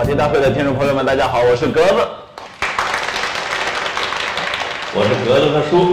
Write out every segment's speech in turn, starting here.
题大会的听众朋友们，大家好，我是格子， 我是格子的叔。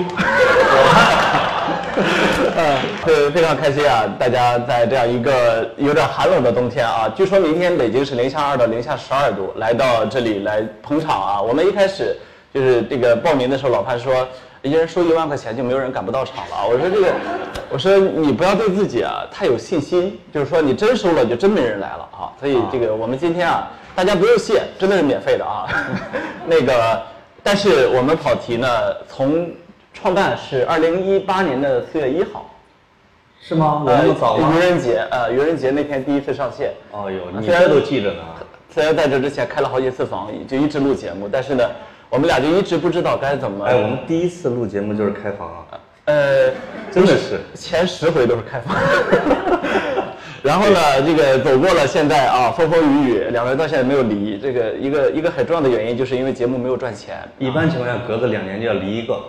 非常开心啊！大家在这样一个有点寒冷的冬天啊，据说明天北京是-2到-12度，来到这里来捧场啊。我们一开始就是这个报名的时候，老潘说一人收1万块钱就没有人赶不到场了。我说你不要对自己啊太有信心，就是说你真收了就真没人来了啊。所以这个我们今天啊，大家不用谢，真的是免费的啊。但是我们跑题呢，从创办是2018年的4月1号， 是吗？我那么早吗？ 愚人节那天第一次上线。 哦哟，你这都记着呢。 虽然在这之前开了好几次房，就一直录节目，但是呢，我们俩就一直不知道该怎么。 哎，我们第一次录节目就是开房啊。真的是前10回都是开房。然后呢，这个走过了现在啊，风风雨雨，两人到现在没有离。这个一个很重要的原因，就是因为节目没有赚钱。 一般情况下，隔个2年就要离一个。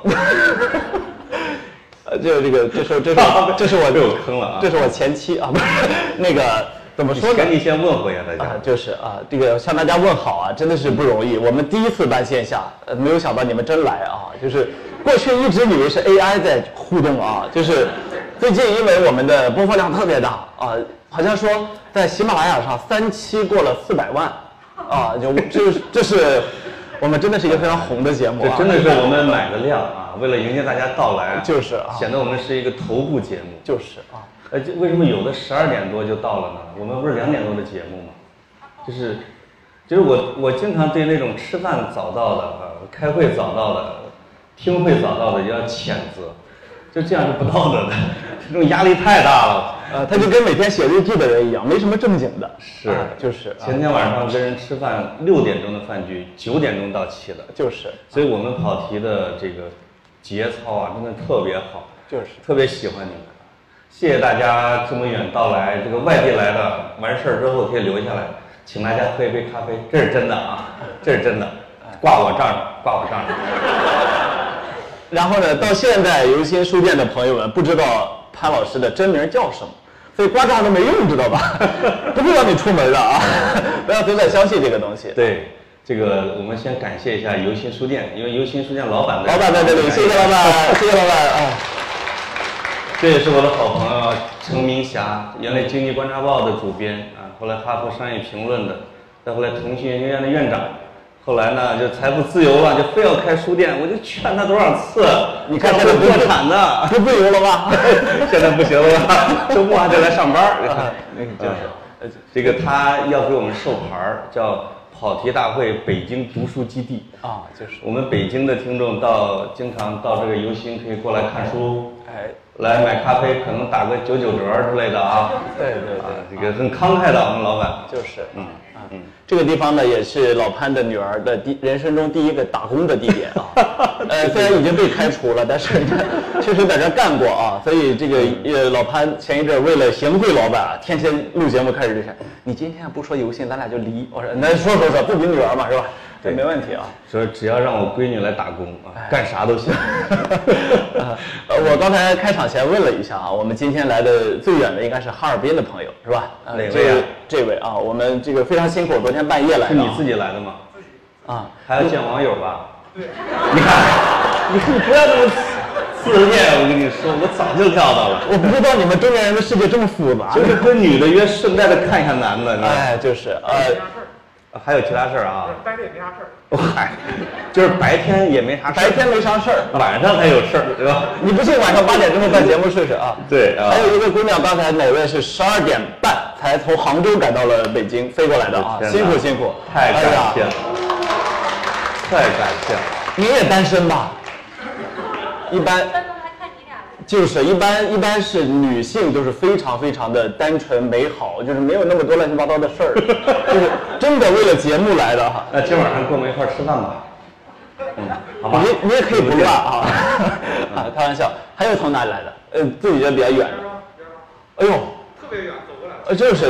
这是我被我坑了啊！ 这是我前妻啊，不是那个怎么说呢？ 赶紧先问候一下大家。 就是啊，这个向大家问好啊，真的是不容易。我们第一次办线下，没有想到你们真来啊！就是过去一直以为是 AI 在互动啊，就是最近因为我们的播放量特别大啊，好像说在喜马拉雅上3期过了400万啊，这是我们真的是一个非常红的节目啊！ 这真的是我们买的量啊，为了迎接大家到来， 就是啊， 显得我们是一个头部节目， 就是啊。 为什么有的12点多就到了呢？我们不是2点多的节目吗？就是我经常对那种吃饭早到的、开会早到的、听会早到的要谴责，就这样是不道德的，这种压力太大了。 他就跟每天写日记的人一样，没什么正经的。 是， 就是前天晚上跟人吃饭，6点钟的饭局，9点钟到齐的。 就是， 所以我们跑题的这个节操啊，真的特别好， 就是特别喜欢你们。谢谢大家这么远到来，这个外地来的完事儿之后可以留下来，请大家喝一杯咖啡，这是真的啊，这是真的，挂我账上，挂我账上。 然后呢，到现在游心书店的朋友们不知道潘老师的真名叫什么，所以挂账都没用，知道吧？不会让你出门的啊，不要随便相信这个东西。 对，这个我们先感谢一下游心书店，因为游心书店老板在这里，谢谢老板，谢谢老板啊。 这也是我的好朋友程明霞，原来《经济观察报》的主编啊，后来《哈佛商业评论》的，再后来腾讯研究院的院长，后来呢就财富自由了，就非要开书店，我就劝他多少次， 你看现在破产的， 不自由了吧？ 现在不行了吧？周末还得来上班。 就是这个他要给我们授牌，叫跑题大会北京读书基地啊，就是我们北京的听众经常到这个游心可以过来看书， 哎。 来买咖啡，可能打个99折之类的啊。 对， 这个很慷慨的，我们老板就是，这个地方呢也是老潘的女儿的人生中第一个打工的地点啊。虽然已经被开除了，但是确实在这干过啊。所以这个老潘前一阵为了行贿老板啊，天天录节目开始就想，你今天不说游戏，咱俩就离。我说那说，自己女儿嘛是吧？对，没问题啊。 说只要让我闺女来打工啊，干啥都行。 我刚才开场前问了一下啊，我们今天来的最远的应该是哈尔滨的朋友是吧？ 哪位啊？ 这位啊，我们这个非常辛苦，昨天半夜来的。 是你自己来的吗？ 啊， 还要见网友吧？对。你看，你不要这么自恋，我跟你说，我早就料到了。 我不知道你们中年人的世界这么复杂。 就是跟女的约，顺带着看一下男的。 哎，就是还有其他事儿啊？ 白天也没啥事儿。 嗨，就是白天也没啥事儿。 白天没啥事儿， 晚上才有事儿，对吧？ 你不信晚上8点之后办节目试试啊？ 对啊。 还有一个姑娘，刚才哪位是12点半才从杭州赶到了北京飞过来的啊？辛苦， 太感谢了，太感谢了。 你也单身吧？一般。就是一般是女性，就是非常非常的单纯美好，就是没有那么多乱七八糟的事儿，就是真的为了节目来的哈。 那今晚上跟我们一块儿吃饭吧。好吧。 你也可以不辣啊，开玩笑。还有从哪里来的？自己觉得比较远的。哎呦， 特别远，走过来。 就是。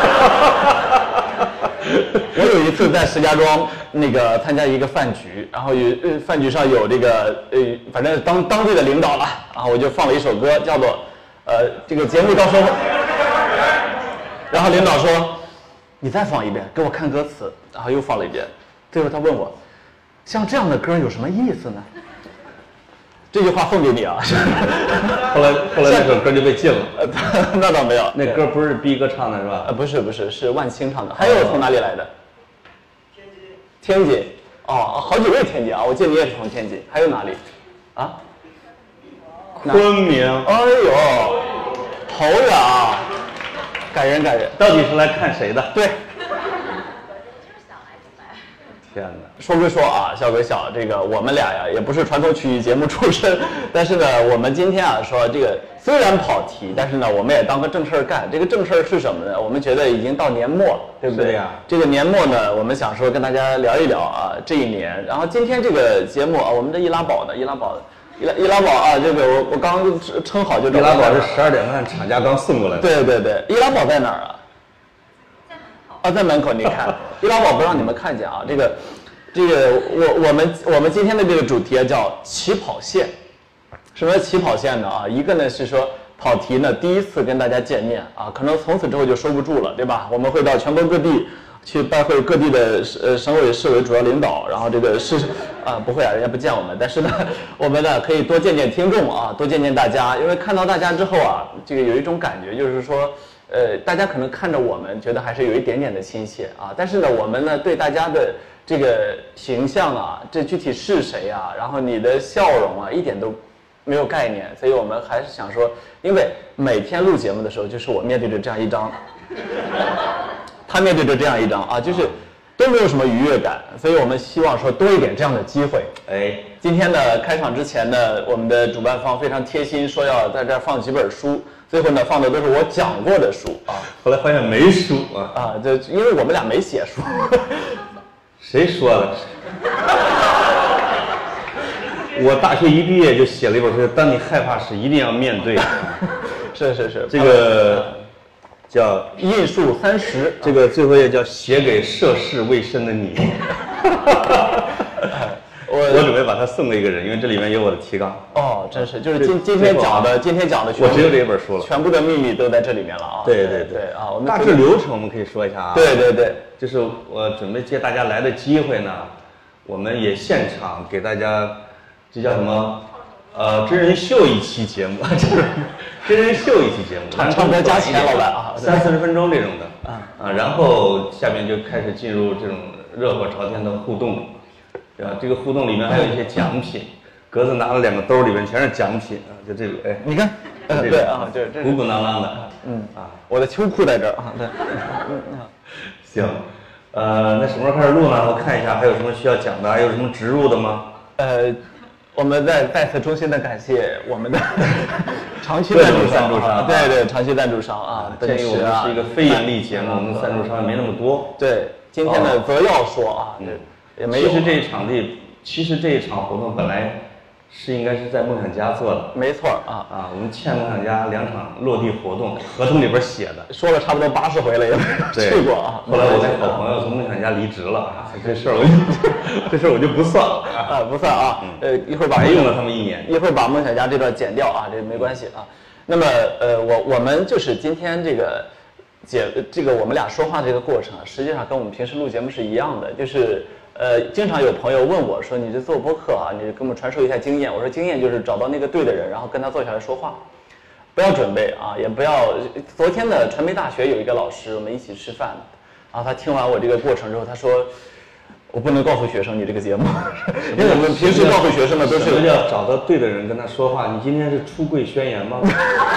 我有一次在石家庄参加一个饭局，然后饭局上有这个反正当地的领导了，然后我就放了一首歌，叫做这个节目到时候，然后领导说你再放一遍，给我看歌词，然后又放了一遍，最后他问我，像这样的歌有什么意思呢？这句话送给你啊。 后来那首歌就被禁了。 那倒没有， 那歌不是逼哥唱的是吧？ 不是，是万青唱的。还有从哪里来的？天津。哦，好几位天津啊，我记得你也是从天津。还有哪里？啊？ 昆明。 哎呦，好远啊！感人。 到底是来看谁的？ 对。 天哪！ 说归说啊，笑归笑，这个我们俩呀也不是传统曲艺节目出身，但是呢，我们今天啊说这个虽然跑题，但是呢，我们也当个正事儿干。这个正事儿是什么呢？我们觉得已经到年末了，对不对？ 对呀。 这个年末呢，我们想说跟大家聊一聊啊这一年。然后今天这个节目啊，我们的易拉宝呢，易拉宝啊，这个我刚称好就。 易拉宝是12点半厂家刚送过来的。 对，易拉宝在哪儿啊？在门口，你看，易拉宝不让你们看见啊。这个，我们今天的这个主题叫起跑线。什么起跑线呢？啊，一个呢是说跑题呢，第一次跟大家见面啊，可能从此之后就收不住了，对吧？我们会到全国各地去拜会各地的省委、市委主要领导，然后这个不会啊，人家不见我们，但是呢，我们呢可以多见见听众啊，多见见大家，因为看到大家之后啊，这个有一种感觉，就是说。大家可能看着我们，觉得还是有一点点的亲切啊，但是呢，我们呢对大家的这个形象啊，这具体是谁啊，然后你的笑容啊，一点都没有概念，所以我们还是想说，因为每天录节目的时候，就是我面对着这样一张，他面对着这样一张啊，就是都没有什么愉悦感，所以我们希望说多一点这样的机会。今天呢开场之前呢，我们的主办方非常贴心，说要在这儿放几本书。最后呢，放的都是我讲过的书啊。 后来发现没书啊，就因为我们俩没写书。 谁说的？我大学一毕业就写了一本书，当你害怕时一定要面对。 是， 这个叫印数30， 这个最后也叫写给涉世未深的你。我准备把它送给一个人，因为这里面有我的提纲。 哦，真是，就是今天讲的， 我只有这一本书了， 全部的秘密都在这里面了啊。 对啊，我们大致流程我们可以说一下啊。 对， 就是我准备借大家来的机会呢，我们也现场给大家，这叫什么？真人秀一期节目，真人秀一期节目， 唱歌加钱，老板啊 ，30-40分钟这种的然后下面就开始进入这种热火朝天的互动。对吧？这个互动里面还有一些奖品，格子拿了2个兜，里面全是奖品啊，就这个， 你看，对啊，就是鼓鼓囊囊的， 我的秋裤在这儿啊，对， 行，那什么时候开始录呢？我看一下还有什么需要讲的，还有什么植入的吗？ 我们再次衷心的感谢我们的长期赞助商，对，长期赞助商啊， 鉴于我们是一个非盈利节目，我们赞助商也没那么多。 对，今天呢则要说啊， 其实这一场活动本来应该是在梦想家做的， 没错我们欠梦想家2场落地活动，合同里边写的， 说了差不多80回了，也没去过啊。 后来我的好朋友从梦想家离职了这事儿我就不算了不算啊。一会儿把用了他们1年， 一会儿把梦想家这段剪掉啊，这没关系啊。那么我们就是今天这个我们俩说话这个过程啊，实际上跟我们平时录节目是一样的，就是经常有朋友问我说，你这做播客啊，你给我们传授一下经验。我说经验就是找到那个对的人，然后跟他坐下来说话，不要准备啊，也不要。昨天的传媒大学有一个老师，我们一起吃饭，然后他听完我这个过程之后，他说我不能告诉学生你这个节目，因为我们平时告诉学生的都是什么叫找到对的人跟他说话。你今天是出柜宣言吗？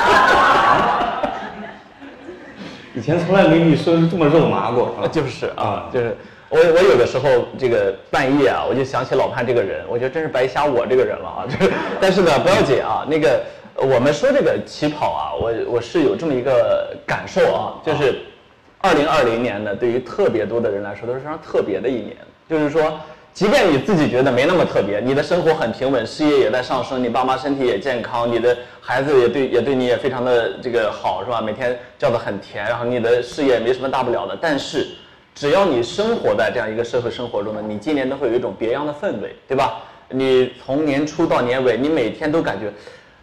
以前从来没你说是这么肉麻过就是我有的时候这个半夜啊，我就想起老潘这个人，我觉得真是白瞎我这个人了啊。但是呢，不要紧啊，那个我们说这个起跑啊，我是有这么一个感受啊，就是2020年呢，对于特别多的人来说都是非常特别的一年。就是说，即便你自己觉得没那么特别，你的生活很平稳，事业也在上升，你爸妈身体也健康，你的孩子也对你也非常的这个好，是吧？每天叫得很甜，然后你的事业没什么大不了的，但是只要你生活在这样一个社会生活中呢，你今年都会有一种别样的氛围，对吧？你从年初到年尾，你每天都感觉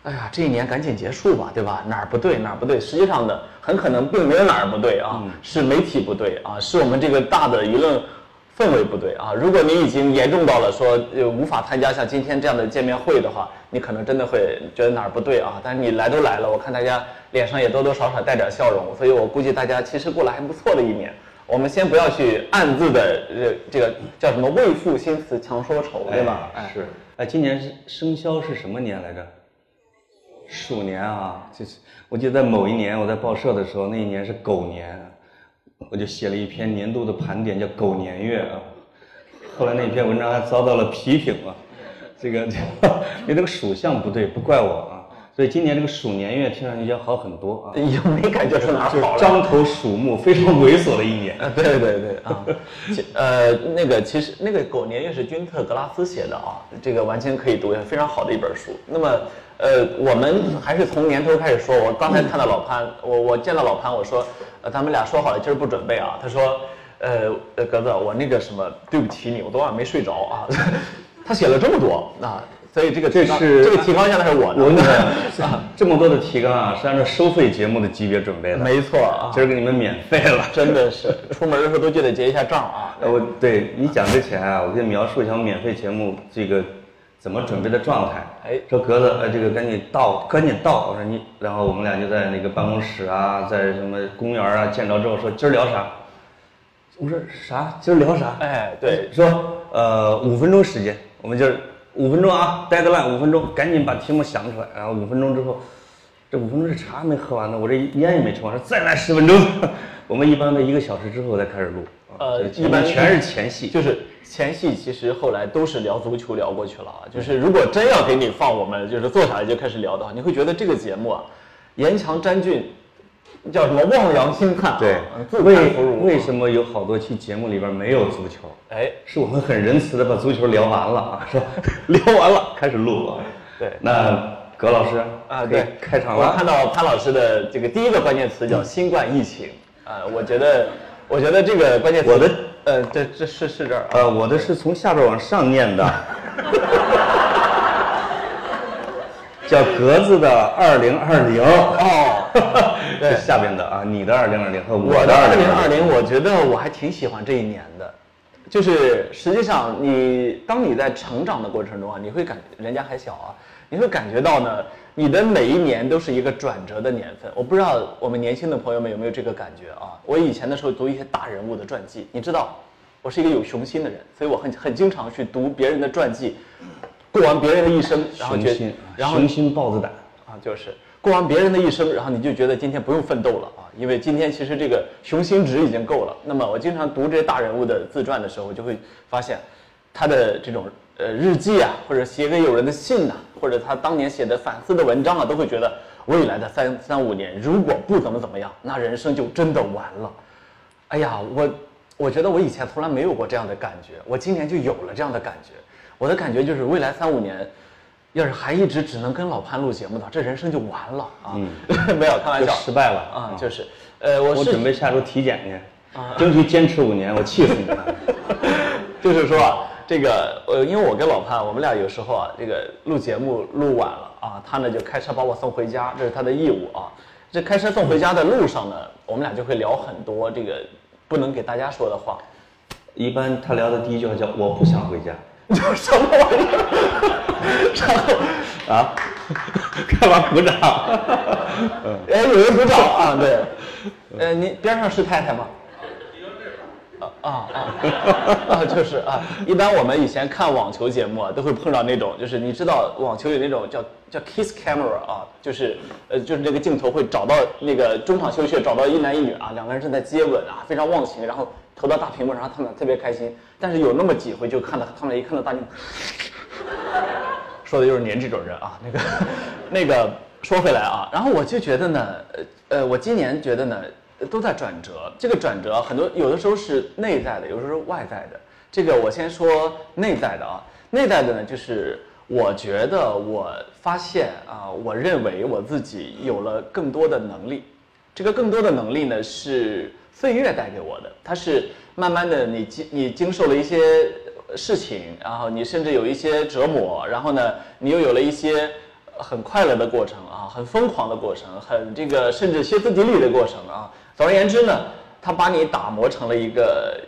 哎呀，这一年赶紧结束吧，对吧？哪儿不对哪儿不对，实际上呢，很可能并没有哪儿不对啊，是媒体不对啊，是我们这个大的舆论氛围不对啊。如果你已经严重到了说无法参加像今天这样的见面会的话，你可能真的会觉得哪儿不对啊。但是你来都来了，我看大家脸上也多多少少带点笑容，所以我估计大家其实过了还不错的一年。我们先不要去暗自的这个叫什么为赋新词强说愁，对吧？ 是。哎，今年生肖是什么年来着？鼠年啊，就是我记得在某一年我在报社的时候，那一年是狗年，我就写了一篇年度的盘点，叫狗年月啊。后来那篇文章还遭到了批评啊，因为那个属相不对，不怪我啊。所以今年这个鼠年月听上去要好很多啊， 有没感觉出哪好了？ 就是张头鼠目，非常猥琐的一年。 对啊，那个其实那个狗年月是君特·格拉斯写的啊，这个完全可以读，非常好的一本书。那么我们还是从年头开始说。我刚才看到老潘，我见到老潘，我说咱们俩说好了今儿不准备啊。他说格子，我那个什么对不起你，我昨晚没睡着啊。他写了这么多啊。所以这个提纲现在是我的。 这么多的提纲啊，是按照收费节目的级别准备的。 没错啊， 今儿给你们免费了， 真的是出门的时候都记得结一下账啊。 对你讲之前啊，我给你描述一下我们免费节目这个怎么准备的状态。 哎， 说格子，这个赶紧到。我说你，然后我们俩就在那个办公室啊，在什么公园啊见着之后说今儿聊啥？我说啥？今儿聊啥？ 哎，对， 说5分钟时间，我们就是5分钟啊 ，deadline 5分钟，赶紧把题目想出来。然后5分钟之后，这5分钟是茶没喝完呢，我这烟也没抽完，说再来10分钟。我们一般在1个小时之后才开始录。 一般全是前戏， 就是前戏，其实后来都是聊足球聊过去了啊。就是如果真要给你放我们就是坐下来就开始聊的话，你会觉得这个节目啊，严强詹俊。叫什么望洋兴叹啊？ 对，为什么有好多期节目里边没有足球？ 哎， 是我们很仁慈的把足球聊完了啊，说聊完了开始录啊。 对， 那葛老师啊，对， 开场了。 我看到潘老师的这个第一个关键词叫新冠疫情啊，我觉得这个关键词， 我的这是这儿我的是从下边往上念的。叫格子的2020 哦，对， 下边的啊，你的2020和我的2020，我觉得我还挺喜欢这一年的，就是实际上当你在成长的过程中啊，你会人家还小啊，你会感觉到呢，你的每一年都是一个转折的年份。我不知道我们年轻的朋友们有没有这个感觉啊？我以前的时候读一些大人物的传记，你知道，我是一个有雄心的人，所以我很经常去读别人的传记。过完别人的一生，然后雄心豹子胆啊，就是过完别人的一生，然后你就觉得今天不用奋斗了啊，因为今天其实这个雄心值已经够了。那么我经常读这些大人物的自传的时候，我就会发现他的这种日记啊，或者写给友人的信呐，或者他当年写的反思的文章啊，都会觉得未来的3-5年如果不怎么样，那人生就真的完了。哎呀，我觉得我以前从来没有过这样的感觉，我今年就有了这样的感觉。我的感觉就是未来3-5年，要是还一直只能跟老潘录节目的话，这人生就完了啊！没有开玩笑， 失败了啊！就是， 我准备下周体检去，争取坚持5年，我气死你了。 就是说啊，这个因为我跟老潘，我们俩有时候啊，这个录节目录晚了啊，他呢就开车把我送回家，这是他的义务啊。这开车送回家的路上呢，我们俩就会聊很多这个不能给大家说的话。 一般他聊的第一句话叫“我不想回家”。 什么玩意儿？然后啊，干嘛鼓掌？ 哎，有人鼓掌啊，对。你边上是太太吗？就是啊，一般我们以前看网球节目啊，都会碰到那种，就是你知道网球有那种叫 kiss camera 啊，就是这个镜头会找到那个中场休息，找到一男一女啊，2个人正在接吻啊，非常忘情，然后投到大屏幕，然后他们特别开心。但是有那么几回就看到他们一看到大屏幕，说的就是您这种人啊，那个说回来啊，然后我就觉得呢，我今年觉得呢。都在转折，这个转折很多有的时候是内在的，有的时候是外在的。这个我先说内在的啊，内在的呢，就是我觉得我发现啊，我认为我自己有了更多的能力。这个更多的能力呢，是岁月带给我的，它是慢慢的你经受了一些事情，然后你甚至有一些折磨，然后呢，你又有了一些很快乐的过程啊，很疯狂的过程，很这个甚至歇斯底里的过程啊。总而言之呢，它把你打磨成了一个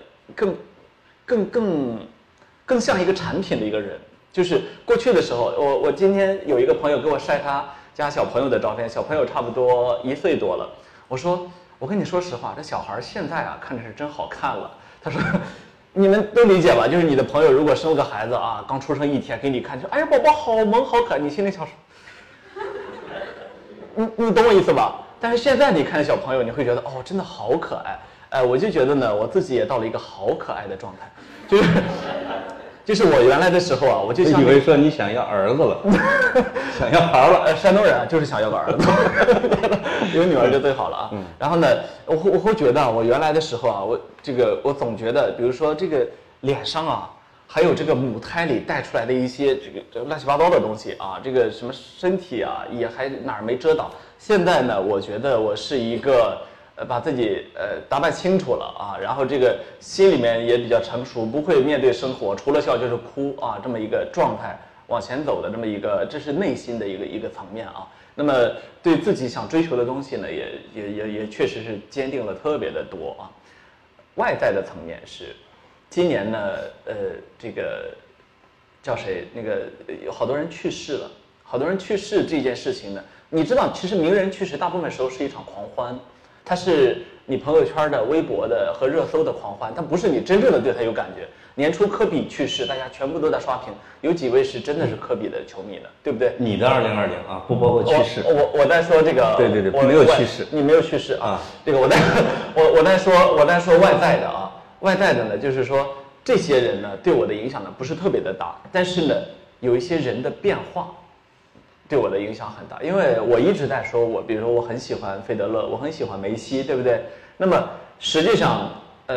更像一个产品的一个人。就是过去的时候，我今天有一个朋友给我晒他家小朋友的照片，小朋友差不多1岁多了。我说，我跟你说实话，这小孩现在啊看着是真好看了。他说，你们都理解吧？就是你的朋友如果生了个孩子啊，刚出生1天给你看，说哎呀宝宝好萌好可爱，你心里想说，你懂我意思吧？但是现在你看小朋友，你会觉得哦真的好可爱。我就觉得呢，我自己也到了一个好可爱的状态，就是我原来的时候啊，我就想以为说你想要儿子了，想要孩了。 山东人啊，就是想要个儿子，有女儿就最好了啊。然后呢，我会觉得我原来的时候啊，我总觉得，比如说这个脸上啊，还有这个母胎里带出来的一些这个乱七八糟的东西啊，这个什么身体啊，也还哪儿没遮挡。现在呢，我觉得我是一个。把自己打扮清楚了啊，然后这个心里面也比较成熟，不会面对生活除了笑就是哭啊，这么一个状态往前走的这么一个，这是内心的一个层面啊。那么对自己想追求的东西呢，也确实是坚定了特别的多啊。外在的层面是，今年呢，这个叫谁？那个有好多人去世了，好多人去世这件事情呢，你知道，其实名人去世大部分时候是一场狂欢。它是你朋友圈的、微博的和热搜的狂欢，它不是你真正的对他有感觉。年初科比去世，大家全部都在刷屏，有几位是真的是科比的球迷的，对不对？ 你的2020啊，不包括去世。 我在说这个， 对，没有去世， 你没有去世啊。这个我在说外在的啊，外在的呢，就是说这些人呢对我的影响呢不是特别的大，但是呢有一些人的变化。对我的影响很大，因为我一直在说比如说我很喜欢费德勒，我很喜欢梅西，对不对？那么实际上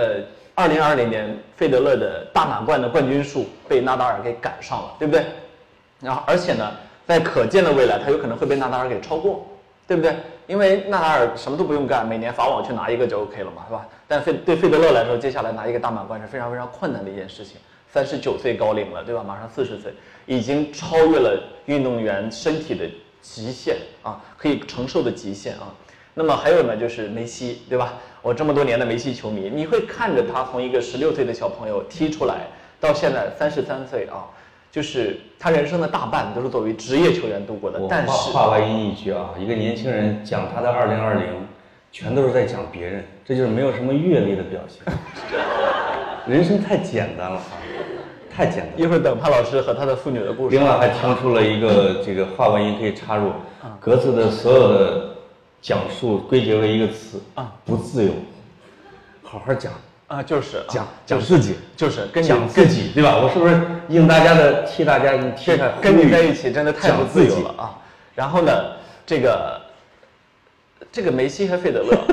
，2020年费德勒的大满贯的冠军数被纳达尔给赶上了，对不对？然后而且呢，在可见的未来，他有可能会被纳达尔给超过，对不对？因为纳达尔什么都不用干，每年法网去拿一个就 OK 了嘛，是吧？但对费德勒来说，接下来拿一个大满贯是非常非常困难的一件事情。39岁高龄了，对吧？马上40岁，已经超越了运动员身体的极限啊，可以承受的极限啊。那么还有呢，就是梅西，对吧？我这么多年的梅西球迷，你会看着他从一个16岁的小朋友踢出来，到现在33岁啊，就是他人生的大半都是作为职业球员度过的。但是话外音一句啊，一个年轻人讲他的2020，全都是在讲别人，这就是没有什么阅历的表现。人生太简单了啊，太简单了。 一会儿等潘老师和他的妇女的故事。 另外还听出了一个这个话外音可以插入，格子的所有的讲述归结为一个词啊，不自由。好好讲啊，就是讲自己， 就是跟讲自己，对吧？我是不是应大家的替大家跟你在一起真的太不自由了啊？然后呢，这个梅西和费德勒。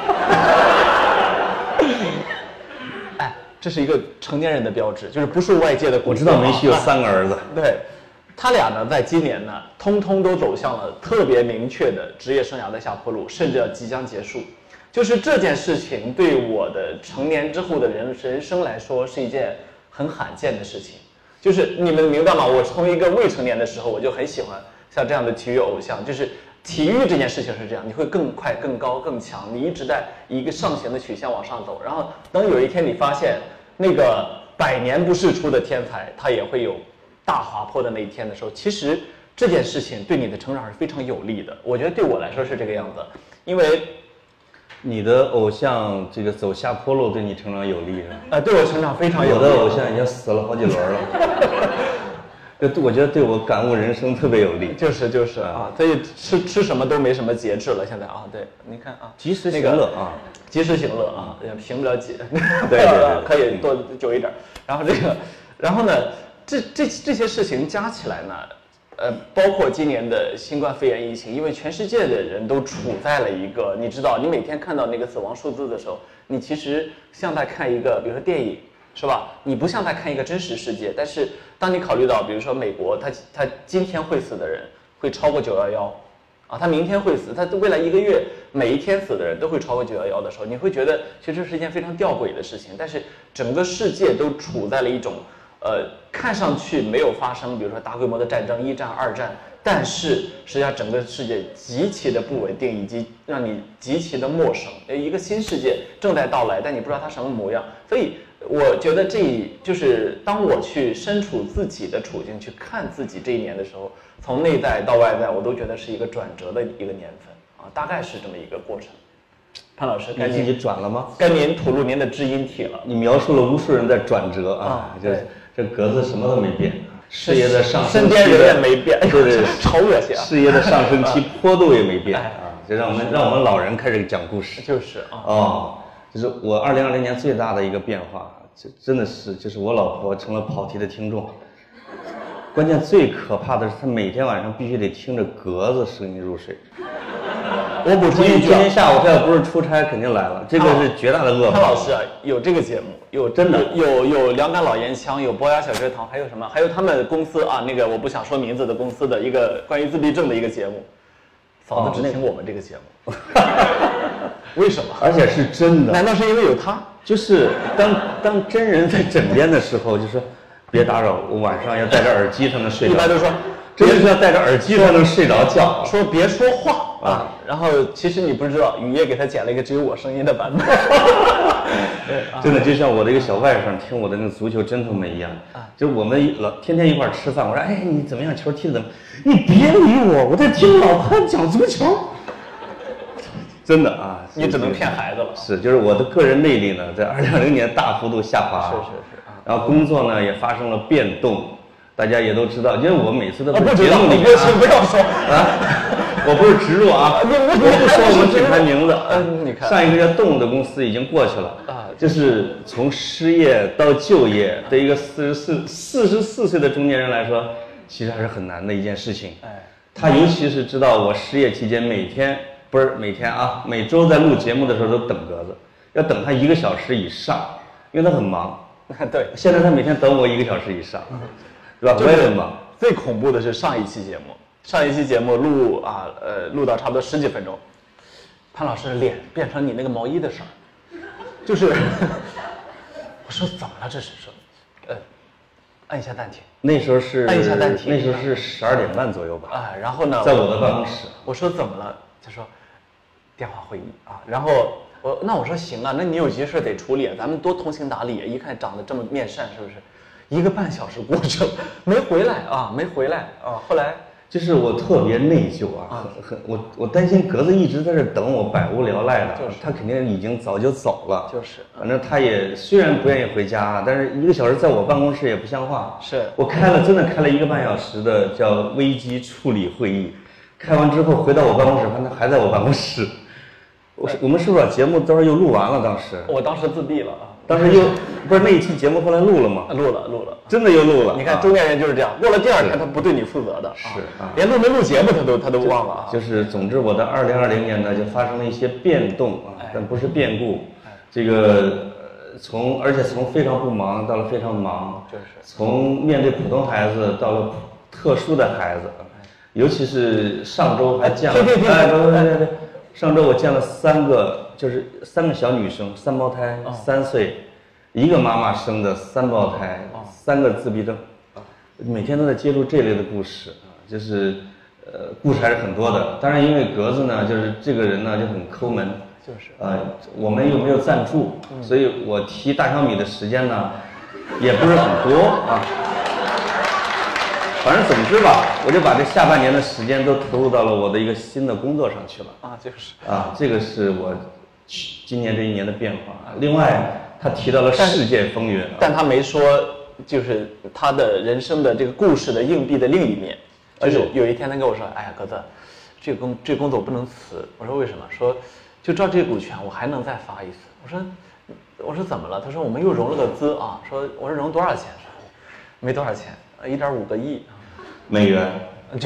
这是一个成年人的标志，就是不受外界的鼓励。 我知道梅西有3个儿子， 对，他俩呢，在今年呢，通通都走向了特别明确的职业生涯的下坡路，甚至要即将结束。就是这件事情对我的成年之后的人生来说，是一件很罕见的事情。就是你们明白吗？我从一个未成年的时候，我就很喜欢像这样的体育偶像，就是体育这件事情是这样，你会更快、更高、更强，你一直在以一个上行的曲线往上走。然后等有一天你发现那个100年不世出的天才，他也会有大滑坡的那一天的时候，其实这件事情对你的成长是非常有利的。我觉得对我来说是这个样子，因为你的偶像这个走下坡路对你成长有利是吧？ 对我成长非常有利。 我的偶像已经死了好几轮了。我觉得对我感悟人生特别有利， 就是啊，所以吃什么都没什么节制了，现在啊，对，你看啊， 及时行乐啊， 及时行乐啊，也行不了几， 对， 可以多久一点。然后呢，这些事情加起来呢，包括今年的新冠肺炎疫情，因为全世界的人都处在了一个，你知道，你每天看到那个死亡数字的时候，你其实像在看一个，比如说电影。是吧？你不像在看一个真实世界，但是当你考虑到，比如说美国，他今天会死的人会超过911，啊，他明天会死，他未来1个月每一天死的人都会超过911的时候，你会觉得其实这是一件非常吊诡的事情。但是整个世界都处在了一种看上去没有发生，比如说大规模的战争，1战、2战，但是实际上整个世界极其的不稳定，以及让你极其的陌生。一个新世界正在到来，但你不知道它什么模样。所以我觉得这就是当我去身处自己的处境去看自己这一年的时候，从内在到外在，我都觉得是一个转折的一个年份啊，大概是这么一个过程。潘老师，该你自己转了吗？ 该您吐露您的知音体了。 你描述了无数人在转折啊，这格子什么都没变，事业的上升期身边人也没变， 对， 超恶心。 事业的上升期坡度也没变啊，就让我们老人开始讲故事。 就是啊。 哦，就是我2020年最大的一个变化，真的是就是我老婆成了跑题的听众。关键最可怕的是，她每天晚上必须得听着格子声音入睡。 我补充一句， 今天下午他要不是出差，肯定来了。这个是绝大的恶报。 潘老师啊，有这个节目，有真的有两杆老烟枪，有博雅小学堂，还有什么？还有他们公司啊，那个我不想说名字的公司的一个关于自闭症的一个节目。嫂子只听我们这个节目，为什么？ 而且是真的？ 难道是因为有他？ 就是当真人在枕边的时候，就说别打扰，我晚上要戴着耳机才能睡着。 一般都说。 真的是要戴着耳机才能睡着觉， 说别说话啊。然后其实你不知道，雨夜给他剪了一个只有我声音的版本。 真的就像我的一个小外甥听我的那个足球真头们一样，就我们天天一块吃饭，我说哎你怎么样，球踢得怎么？你别理我，我在听老潘讲足球。真的啊， 你只能骗孩子了。 是，就是我的个人魅力呢，在2020年大幅度下滑。 是。 然后工作呢也发生了变动。大家也都知道，因为我每次的不节目里面不要说啊，我不是植入啊，我不说我们品牌名字。 你看， 上一个叫动物的公司已经过去了啊，就是从失业到就业的一个44岁的中年人来说，其实还是很难的一件事情。他尤其是知道我失业期间每周在录节目的时候都等格子，要等他1个小时以上，因为他很忙。 对， 现在他每天等我1个小时以上。对吧？我也很忙。 最恐怖的是上一期节目录到差不多10几分钟，潘老师的脸变成你那个毛衣的色儿，就是我说怎么了这是说，按一下暂停。 那时候是按一下暂停。 那时候是12点半左右吧。 然后呢， 在我的办公室。 我说怎么了？他说电话会议啊。然后我说行啊，那你有急事得处理，咱们多通情达理。一看长得这么面善，是不是？1个半小时过去了，没回来啊。后来就是我特别内疚啊，我担心格子一直在这等我，百无聊赖的，他肯定已经早就走了。反正他也虽然不愿意回家，但是1个小时在我办公室也不像话。 是我真的开了1个半小时的叫危机处理会议，开完之后回到我办公室，发现他还在我办公室。我们是不是把节目又录完了？ 我当时自闭了啊。 当时又不是那一期节目后来录了吗？ 录了， 真的又录了。 你看中年人就是这样，过了第2天他不对你负责的， 是啊， 连录没录节目他都忘了啊。 就是总之我的2020年呢就发生了一些变动啊，但不是变故。这个而且从非常不忙到了非常忙，从面对普通孩子到了特殊的孩子，尤其是上周还见了对。上周我见了3个小女生，3胞胎，3岁，1个妈妈生的3胞胎，3个自闭症，每天都在接触这类的故事啊，就是故事还是很多的。当然，因为格子呢，就是这个人呢就很抠门，我们又没有赞助，所以我提大小米的时间呢也不是很多啊。反正总之吧，我就把这下半年的时间都投入到了我的一个新的工作上去了这个是我今年这1年的变化。另外，他提到了世界风云， 但他没说就是他的人生的这个故事的硬币的另一面。就是有一天他跟我说：“哎呀，格子，这工作我不能辞。”我说：“为什么？”说就照这股权，我还能再发一次。我说怎么了？他说我们又融了个资啊。我说融多少钱？说没多少钱，1.5个亿。 美元， 对，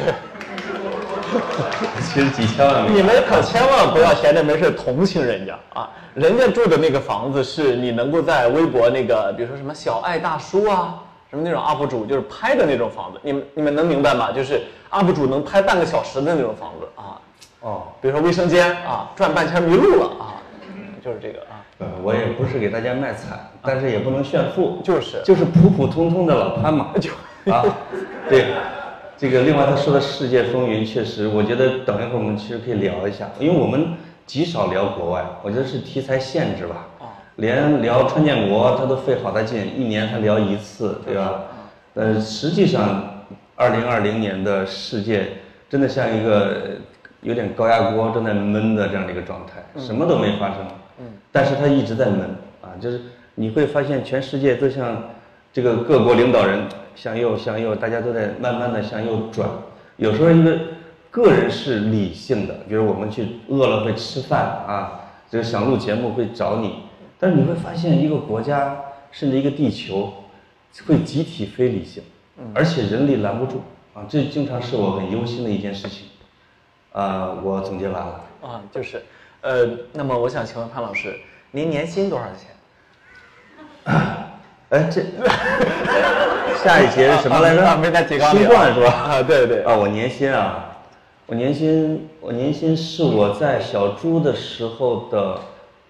其实几千万美元。 你们可千万不要闲着没事同情人家啊！人家住的那个房子是你能够在微博那个，比如说什么小爱大叔啊，什么那种 UP 主就是拍的那种房子，你们能明白吗？就是 UP 主能拍半个小时的那种房子啊。 哦， 比如说卫生间啊，转半圈迷路了啊， 就是这个啊。 我也不是给大家卖惨，但是也不能炫富， 就是普普通通的老潘嘛。对，这个另外他说的世界风云，确实，我觉得等一会儿我们其实可以聊一下，因为我们极少聊国外，我觉得是题材限制吧。连聊川建国他都费好大劲，一年他聊一次，对吧？实际上，2020年的世界真的像一个有点高压锅正在焖的这样的一个状态，什么都没发生。但是它一直在焖啊，就是你会发现全世界都像这个各国领导人向右，大家都在慢慢的向右转。有时候一个个人是理性的，比如我们去饿了会吃饭啊，这个想录节目会找你，但是你会发现一个国家甚至一个地球会集体非理性，而且人力拦不住啊，这经常是我很忧心的一件事情。我总结完了啊，就是那么我想请问潘老师，您年薪多少钱？ 这下一节是什么来着？ 没太提纲。 新冠是吧？ 对。 我年薪是我在小猪的时候的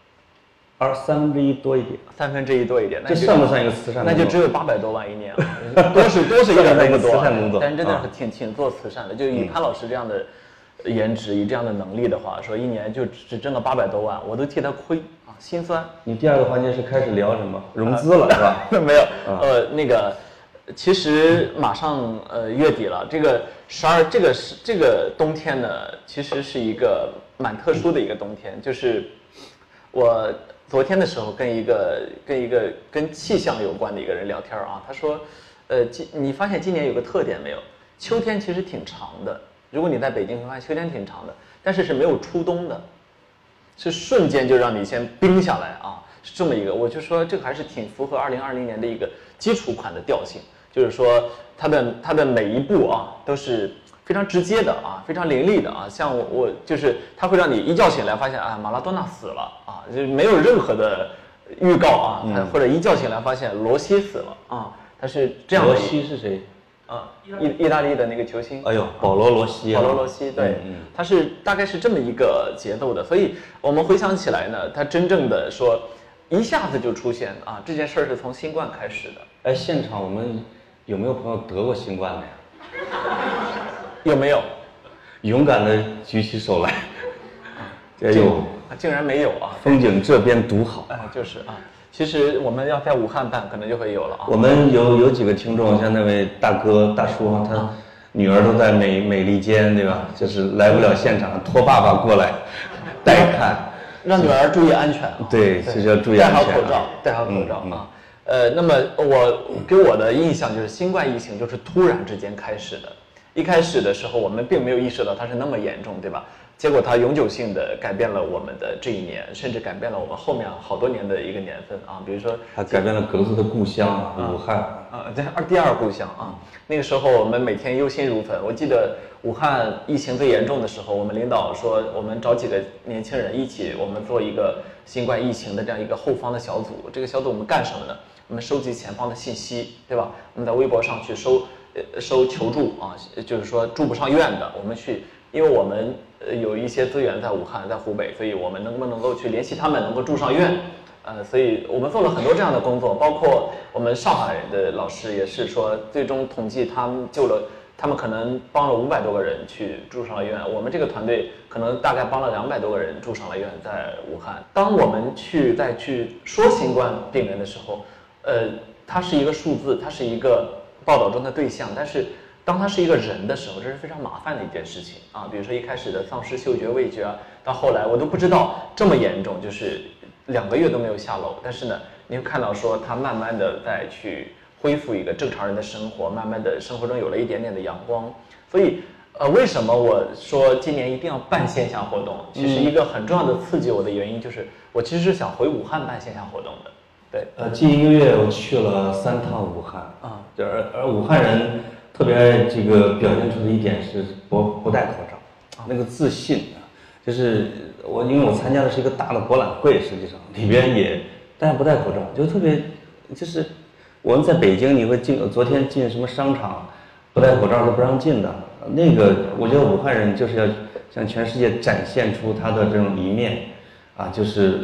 1/3多一点。 1/3多一点， 这算不算一个慈善工作？ 那就只有800多万一年啊，多是一点那么多。 慈善工作， 但是真的是挺做慈善的。就以潘老师这样的颜值，以这样的能力的话，说一年就只挣个800多万，我都替他亏啊，心酸。 你第二个环节是开始聊什么？融资了是吧？ 没有，那个，其实马上月底了，这个这个冬天呢，其实是一个蛮特殊的一个冬天，就是我昨天的时候跟一个跟气象有关的一个人聊天啊，他说，你发现今年有个特点没有？秋天其实挺长的，如果你在北京会发现秋天挺长的，但是没有初冬的，是瞬间就让你先冰下来啊，是这么一个，我就说这个还是挺符合2020年的一个基础款的调性，就是说它的每一步啊都是非常直接的啊，非常凌厉的啊，像我就是它会让你一觉醒来发现啊马拉多纳死了啊，就没有任何的预告啊，或者一觉醒来发现罗西死了啊，它是这样的。 罗西是谁？ 意大利的那个球星， 哎呦，保罗罗西， 对，他是大概是这么一个节奏的，所以我们回想起来呢，他真正的说一下子就出现啊，这件事儿是从新冠开始的。 现场我们有没有朋友得过新冠的呀？ 有没有？ 勇敢的举起手来。哎呦， 竟然没有啊！ 风景这边独好。 就是啊。其实我们要在武汉办，可能就会有了啊。 我们有几个听众，像那位大叔，他女儿都在美利坚，对吧？就是来不了现场，托爸爸过来代看， 让女儿注意安全啊。 对，就是要注意安全， 戴好口罩啊。那么给我的印象就是新冠疫情就是突然之间开始的，一开始的时候我们并没有意识到它是那么严重，对吧？结果它永久性的改变了我们的这一年，甚至改变了我们后面好多年的一个年份啊。比如说， 它改变了格子的故乡武汉第二故乡啊。那个时候我们每天忧心如焚。我记得武汉疫情最严重的时候，我们领导说我们找几个年轻人一起，我们做一个新冠疫情的这样一个后方的小组。这个小组我们干什么呢？我们收集前方的信息，对吧？我们在微博上去收求助啊，就是说住不上院的，我们去，因为我们有一些资源在武汉，在湖北，所以我们能够去联系他们，能够住上院，所以我们做了很多这样的工作，包括我们上海的老师也是说，最终统计他们可能帮了500多个人去住上了院，我们这个团队可能大概帮了200多个人住上了院，在武汉。当我们再去说新冠病人的时候，它是一个数字，它是一个报道中的对象，但是当他是一个人的时候，这是非常麻烦的一件事情啊。比如说一开始的丧失嗅觉味觉啊，到后来我都不知道这么严重，就是2个月都没有下楼。但是呢，你会看到说他慢慢的在去恢复一个正常人的生活，慢慢的生活中有了一点点的阳光。所以为什么我说今年一定要办线下活动？其实一个很重要的刺激我的原因就是，我其实是想回武汉办线下活动的。对， 近1个月我去了3趟武汉啊，而武汉人特别这个表现出的一点是不戴口罩，那个自信啊，就是因为我参加的是一个大的博览会，实际上里边也大家不戴口罩，就特别就是我们在北京你会昨天进什么商场不戴口罩都不让进的，那个我觉得武汉人就是要向全世界展现出他的这种一面啊，就是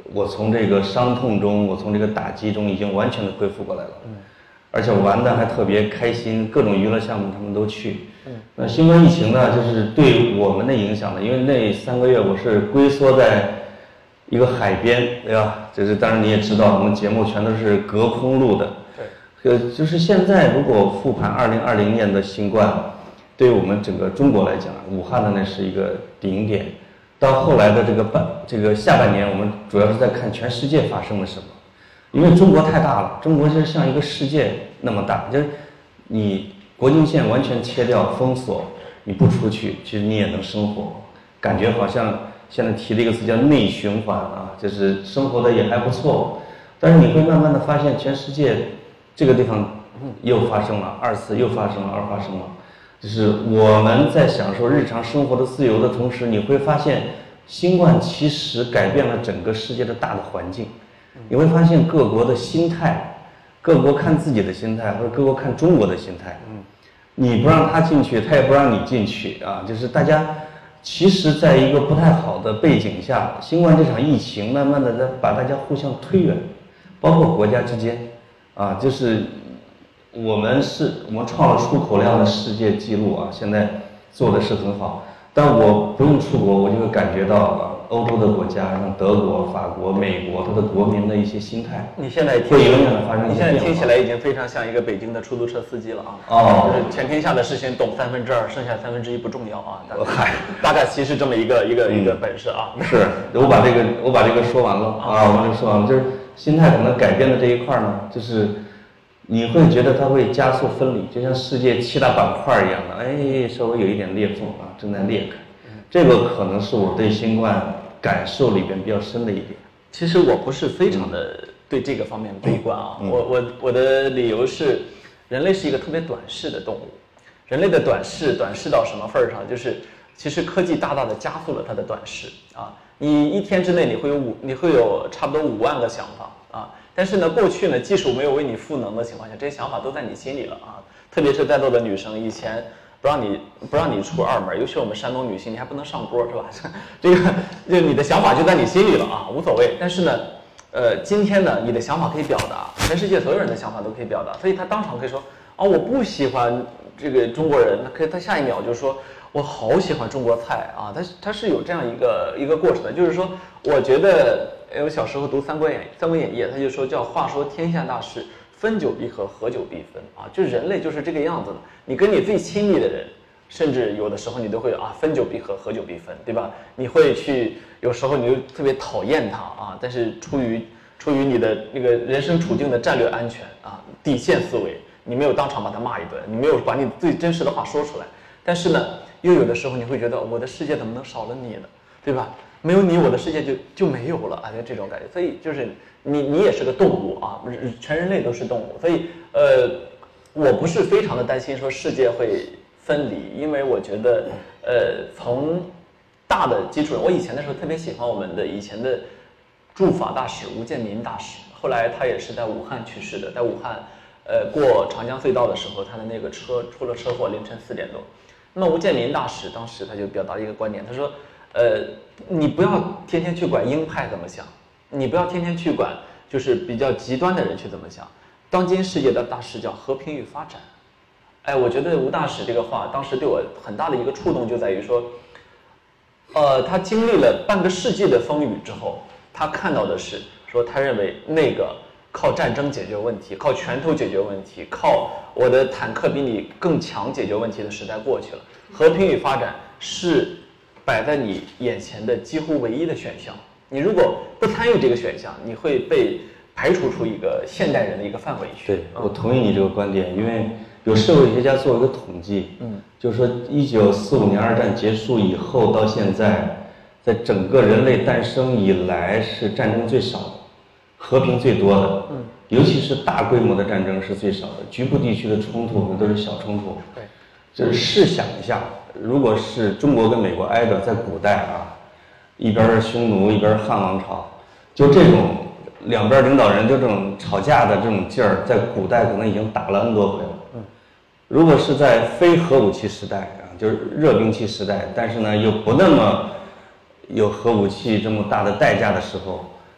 我从这个伤痛中，我从这个打击中已经完全的恢复过来了。而且玩的还特别开心，各种娱乐项目他们都去。那新冠疫情呢，就是对我们的影响呢，因为那3个月我是龟缩在一个海边，对吧？就是当然你也知道，我们节目全都是隔空录的。对。就是现在如果复盘2020年的新冠，对于我们整个中国来讲，武汉的那是一个顶点。到后来的这个下半年，我们主要是在看全世界发生了什么。因为中国太大了，中国就像一个世界那么大，就是你国境线完全切掉封锁，你不出去，其实你也能生活，感觉好像现在提了一个词叫内循环啊，就是生活的也还不错。但是你会慢慢的发现，全世界这个地方又发生了2次，又发生了2发生了，就是我们在享受日常生活的自由的同时，你会发现新冠其实改变了整个世界的大的环境。你会发现各国的心态，各国看自己的心态，或者各国看中国的心态。你不让他进去，他也不让你进去啊，就是大家其实在一个不太好的背景下，新冠这场疫情慢慢的在把大家互相推远，包括国家之间啊，就是我们创了出口量的世界纪录啊，现在做的是很好，但我不用出国，我就会感觉到欧洲的国家，像德国、法国、美国，它的国民的一些心态， 你现在会永远的发生一些变化。 你现在听起来已经非常像一个北京的出租车司机了啊！就是全天下的事情懂2/3，剩下1/3不重要啊。大概其实这么一个本事啊。 是，我把这个说完了啊，我把这个说完了，就是心态可能改变的这一块呢，就是你会觉得它会加速分离，就像世界7大板块一样的，稍微有一点裂缝啊，正在裂开。这个可能是我对新冠感受里边比较深的一点。 其实我不是非常的对这个方面悲观啊，我的理由是，人类是一个特别短视的动物，人类的短视到什么份儿上，就是其实科技大大的加速了它的短视啊。你一天之内你会有差不多5万个想法啊，但是呢，过去呢技术没有为你赋能的情况下，这些想法都在你心里了啊。特别是在座的女生，以前不让你出二门，尤其是我们山东女性，你还不能上桌是吧？就你的想法就在你心里了啊，无所谓。但是呢，今天呢，你的想法可以表达，全世界所有人的想法都可以表达，所以他当场可以说，我不喜欢这个中国人，他下一秒就说我好喜欢中国菜啊，他是有这样一个过程的，就是说，我觉得我小时候读《三国演义》，他就说叫话说天下大事，分久必合，合久必分啊，就是人类就是这个样子的。你跟你最亲密的人，甚至有的时候你都会分久必合，合久必分，对吧？你会去有时候你就特别讨厌他啊，但是出于你的那个人生处境的战略安全啊，底线思维，你没有当场把他骂一顿，你没有把你最真实的话说出来，但是呢，又有的时候你会觉得我的世界怎么能少了你呢，对吧？没有你，我的世界就没有了啊，就这种感觉。所以就是你也是个动物啊，全人类都是动物。所以我不是非常的担心说世界会分离，因为我觉得从大的基础上，我以前的时候特别喜欢我们的以前的驻法大使吴建民大使，后来他也是在武汉去世的，在武汉过长江隧道的时候，他的那个车出了车祸，凌晨4点多。那么吴建民大使当时他就表达了一个观点，他说你不要天天去管鹰派怎么想，你不要天天去管就是比较极端的人去怎么想。当今世界的大势叫和平与发展。我觉得吴大使这个话当时对我很大的一个触动就在于说，他经历了半个世纪的风雨之后，他看到的是说，他认为那个靠战争解决问题，靠拳头解决问题，靠我的坦克比你更强解决问题的时代过去了，和平与发展是摆在你眼前的几乎唯一的选项。你如果不参与这个选项，你会被排除出一个现代人的一个范围去。 对，我同意你这个观点，因为有社会学家做一个统计，就是说1945年二战结束以后到现在，在整个人类诞生以来是战争最少的，和平最多的，尤其是大规模的战争是最少的，局部地区的冲突都是小冲突。 对， 就是试想一下，如果是中国跟美国挨着，在古代啊，一边是匈奴，一边是汉王朝，就这种两边领导人就这种吵架的这种劲儿，在古代可能已经打了 N 多回了。如果是在非核武器时代啊，就是热兵器时代，但是呢又不那么有核武器这么大的代价的时候，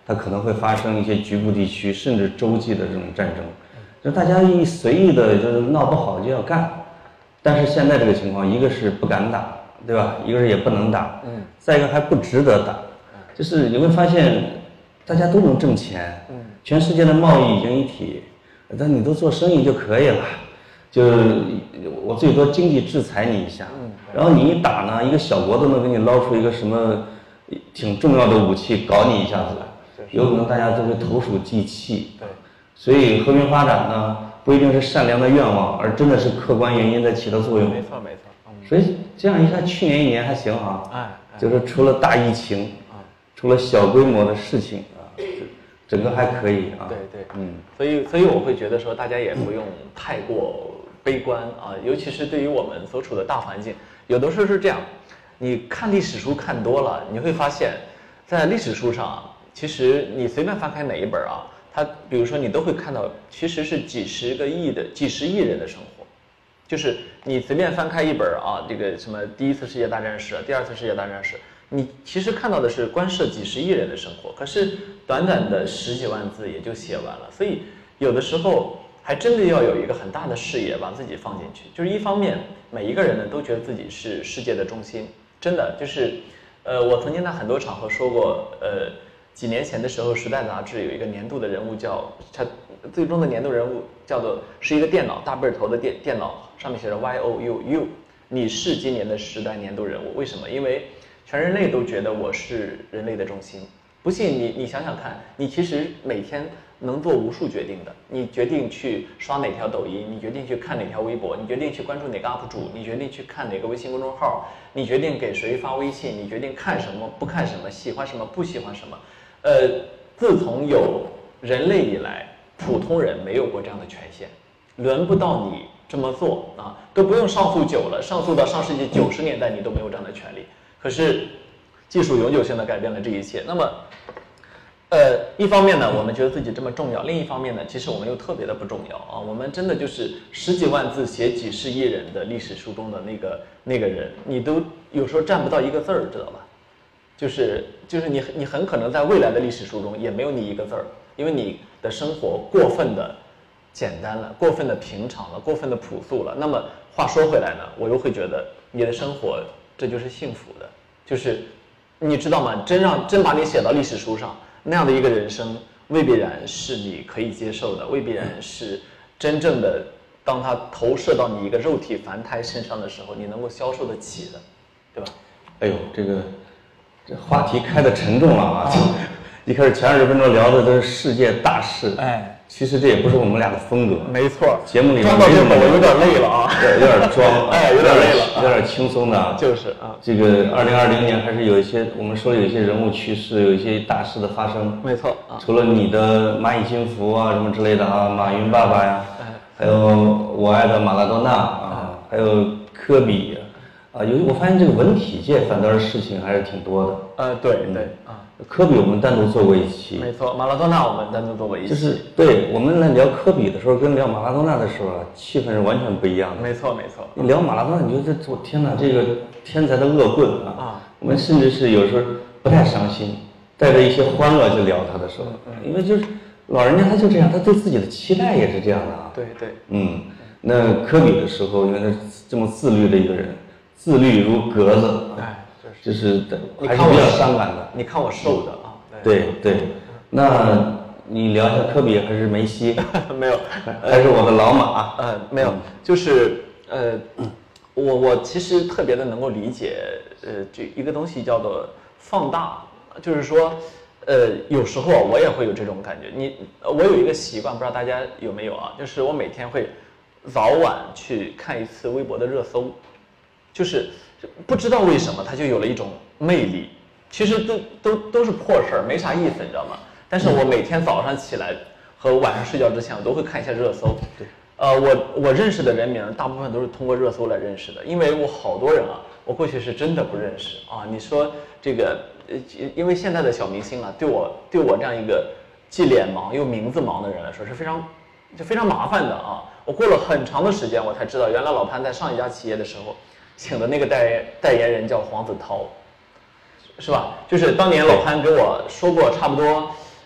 它可能会发生一些局部地区甚至洲际的这种战争，就大家一随意的就是闹不好就要干。但是现在这个情况，一个是不敢打，对吧？一个是也不能打，再一个还不值得打，就是你会发现大家都能挣钱，全世界的贸易已经一体，但你都做生意就可以了。就是我最多经济制裁你一下，然后你一打呢，一个小国都能给你捞出一个什么挺重要的武器搞你一下子，有可能大家都会投鼠忌器。 对， 所以和平发展呢，不一定是善良的愿望，而真的是客观原因在起到作用。 没错没错。 所以这样一看，去年一年还行啊，就是除了大疫情，除了小规模的事情啊，整个还可以啊。 对对，所以我会觉得说，大家也不用太过悲观啊，尤其是对于我们所处的大环境，有的时候是这样，你看历史书看多了，你会发现，在历史书上啊，其实你随便翻开哪一本啊，它比如说你都会看到，其实是几十亿人的生活，就是你随便翻开一本啊，这个什么第一次世界大战史、第二次世界大战史，你其实看到的是关涉几十亿人的生活，可是短短的十几万字也就写完了，所以有的时候还真的要有一个很大的视野把自己放进去。就是一方面，每一个人呢都觉得自己是世界的中心，真的就是，我曾经在很多场合说过，几年前的时候，《时代》杂志有一个年度的人物它最终的年度人物叫做是一个电脑大背头的电脑，上面写着 YOU， 你是今年的《时代》年度人物。为什么？因为全人类都觉得我是人类的中心。不信你想想看，你其实每天能做无数决定的。你决定去刷哪条抖音，你决定去看哪条微博，你决定去关注哪个 UP 主，你决定去看哪个微信公众号，你决定给谁发微信，你决定看什么不看什么，喜欢什么不喜欢什么。自从有人类以来，普通人没有过这样的权限，轮不到你这么做啊，都不用上诉久了，上诉到上世纪90年代你都没有这样的权利。可是技术永久性的改变了这一切。那么一方面呢，我们觉得自己这么重要，另一方面呢，其实我们又特别的不重要啊。我们真的就是十几万字写几十亿人的历史书中的那个人，你都有时候占不到一个字儿，知道吧？就是你很可能在未来的历史书中也没有你一个字儿，因为你的生活过分的简单了，过分的平常了，过分的朴素了。那么话说回来呢，我又会觉得你的生活这就是幸福的，就是你知道吗？真把你写到历史书上，那样的一个人生未必然是你可以接受的，未必然是真正的当它投射到你一个肉体凡胎身上的时候，你能够消受得起的，对吧？ 哎呦，这话题开得沉重了啊！一开始前20分钟聊的都是世界大事，其实这也不是我们俩的风格。 没错， 节目里面装到这会我有点累了啊， 有点装， 有点累了， 有点轻松的啊。 就是啊， 这个2020年还是有一些我们说有一些人物去世，有一些大事的发生。 没错啊， 除了你的蚂蚁金服啊什么之类的啊，马云爸爸呀，还有我爱的马拉多纳啊，还有科比啊，我发现这个文体界反倒是事情还是挺多的。 对啊。 科比我们单独做过一期， 没错，马拉多纳我们单独做过一期， 就是对我们来聊科比的时候，跟聊马拉多纳的时候啊，气氛是完全不一样的。 没错。 你聊马拉多纳，你觉得我天哪，这个天才的恶棍啊！我们甚至是有时候不太伤心，带着一些欢乐去聊他的时候，因为就是老人家他就这样，他对自己的期待也是这样的啊。 对， 那科比的时候，因为他这么自律的一个人，自律如格子，就是还是比较伤感的。 你看我瘦的啊， 对，那你聊一下科比还是梅西？ 没有， 还是我的老马？ 没有，就是我其实特别的能够理解，这一个东西叫做放大，就是说，有时候我也会有这种感觉。我有一个习惯，不知道大家有没有啊？就是我每天会早晚去看一次微博的热搜，就是不知道为什么它就有了一种魅力。其实都是破事儿，没啥意思，你知道吗？但是我每天早上起来和晚上睡觉之前，我都会看一下热搜。对，我认识的人名大部分都是通过热搜来认识的，因为我好多人啊，我过去是真的不认识啊。你说这个，因为现在的小明星啊，对我这样一个既脸盲又名字盲的人来说是非常麻烦的啊。我过了很长的时间，我才知道原来老潘在上一家企业的时候请的那个代言人叫黄子韬。是吧？就是当年老潘跟我说过差不多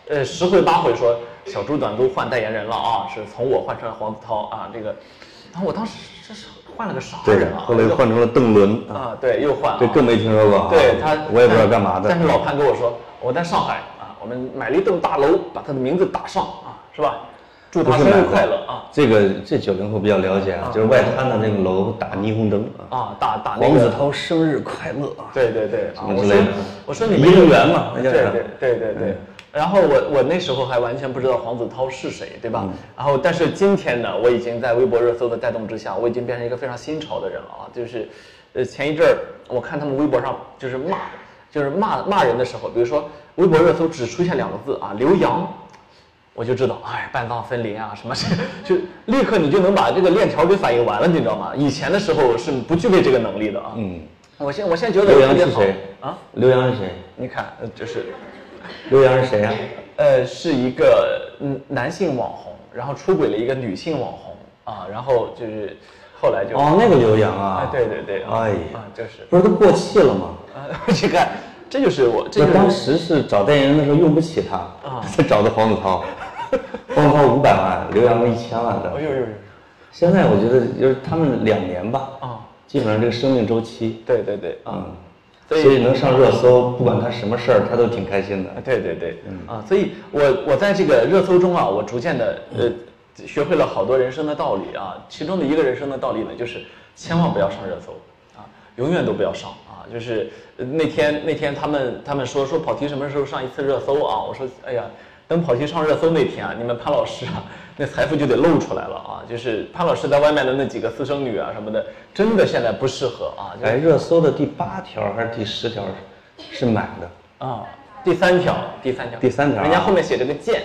十回八回说小猪短租换代言人了啊，是从我换成了黄子韬啊，这个，然后我当时这是换了个啥人啊？ 后来换成了邓伦啊，对，又换了， 这更没听说过。 对他， 我也不知道干嘛的。 但是老潘跟我说，我在上海啊，我们买了一栋大楼，把他的名字打上啊，是吧？祝他生日快乐啊！ 这90后比较了解啊，就是外滩的那个楼打霓虹灯啊，打那个黄子韬生日快乐啊， 对什么之类的。 我说你颐和园嘛，那叫啥？ 对。然后我那时候还完全不知道黄子韬是谁，对吧？然后但是今天呢，我已经在微博热搜的带动之下，我已经变成一个非常新潮的人了啊！就是前一阵儿我看他们微博上就是骂人的时候，比如说微博热搜只出现2个字啊，刘洋。我就知道，哎，半藏分离啊，什么就立刻你就能把这个链条给反应完了，你知道吗？以前的时候是不具备这个能力的啊。我现在觉得刘洋是谁啊？刘洋是谁？ 你看，就是刘洋是谁啊？ 是一个男性网红，然后出轨了一个女性网红啊，然后就是后来就那个刘洋啊， 对， 哎呀， 就是不是都过气了吗？ 你看，这就是当时是找代言人的时候用不起他啊，才找的黄子韬。黄子韬500万，刘洋1000万的。现在我觉得就是他们2年吧，基本上这个生命周期。 对， 所以能上热搜，不管他什么事儿，他都挺开心的。 对，所以我在这个热搜中啊，我逐渐的学会了好多人生的道理啊，其中的一个人生的道理呢，就是千万不要上热搜啊，永远都不要上啊。就是那天他们说跑题什么时候上一次热搜啊？我说哎呀。等跑题上热搜那天啊，你们潘老师啊，那财富就得露出来了啊！就是潘老师在外面的那几个私生女啊什么的，真的现在不适合啊。 热搜的第8条还是第10条是买的啊？第3条，人家后面写着个贱。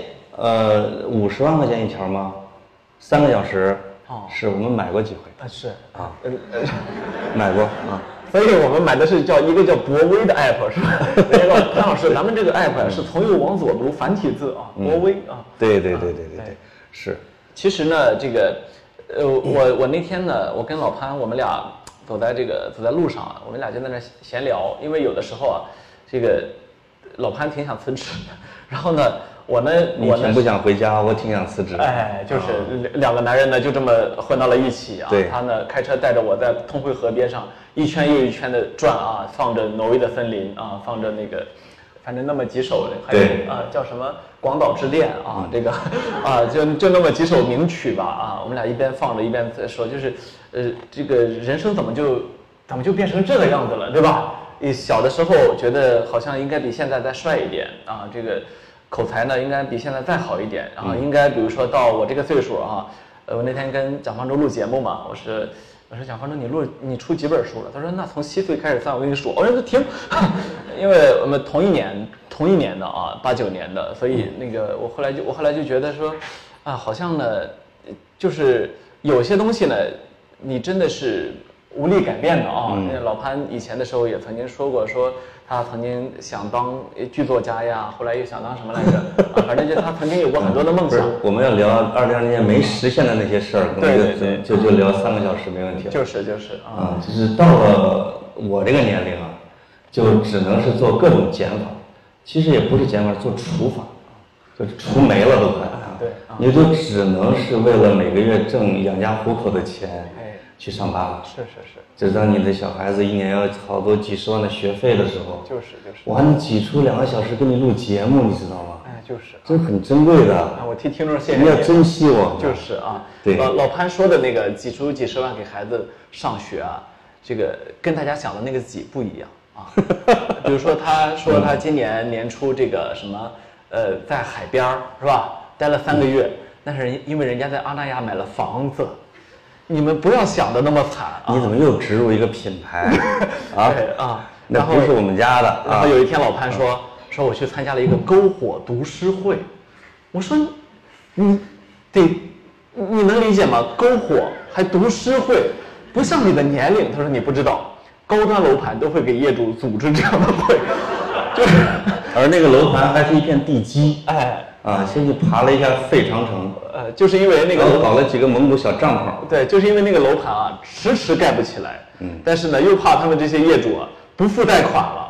50万块钱一条吗？3个小时。是我们买过几回。 是啊， 买过啊。 所以我们买的是一个叫博威的 app 是吧？那个潘老师，咱们这个 app 是从右往左读繁体字啊，博威啊。 对，是。 其实呢，这个，我那天呢，我跟老潘，我们俩走在路上啊，我们俩就在那闲聊，因为有的时候啊，这个老潘挺想辞职的，然后呢。我挺不想回家，我挺想辞职。 哎，就是2个男人呢，就这么混到了一起啊。 对。 他呢开车带着我在通惠河边上一圈又一圈的转啊，放着挪威的森林啊，放着那个，反正那么几首，还有叫什么《广岛之恋》啊，这个啊就那么几首名曲吧啊，我们俩一边放着一边在说，就是这个人生怎么就变成这个样子了，对吧？小的时候觉得好像应该比现在再帅一点啊，这个。口才呢，应该比现在再好一点，然后应该比如说到我这个岁数啊，我那天跟蒋方舟录节目嘛，我说蒋方舟你出几本书了？他说那从7岁开始算，我跟你说，我说停，因为我们同一年的啊，89年的，所以那个我后来就觉得说，啊，好像呢，就是有些东西呢，你真的是无力改变的啊。老潘以前的时候也曾经说过说。他曾经想当剧作家呀，后来又想当什么来着？啊，反正就他曾经有过很多的梦想。 我们要聊2020年没实现的那些事儿， 对， 就聊3个小时没问题了。 就是啊， 就是到了我这个年龄啊，就只能是做各种减法，其实也不是减法，做除法，就除没了都快啊。 对， 你就只能是为了每个月挣养家糊口的钱，去上班了。 是。 就当你的小孩子1年要好多几十万的学费的时候， 就是， 我还能挤出2个小时给你录节目，你知道吗？ 哎，就是， 这很珍贵的。 我替听众谢谢你要珍惜我。 就是啊， 对。 老潘说的那个挤出几十万给孩子上学啊，这个跟大家想的那个挤不一样啊。比如说他说他今年年初这个什么在海边是吧，待了3个月，但是因为人家在阿那亚买了房子。你们不要想的那么惨啊！ 你怎么又植入一个品牌啊？ 对啊， 那不是我们家的。 然后有一天老潘说我去参加了一个篝火读诗会，我说你能理解吗？篝火还读诗会，不像你的年龄。他说你不知道，高端楼盘都会给业主组织这样的会，就是而那个楼盘还是一片地基， 哎。 先去爬了一下费长城， 就是因为那个搞了几个蒙古小帐篷， 对，就是因为那个楼盘啊，迟盖不起来，但是呢，又怕他们这些业主啊不付贷款了啊，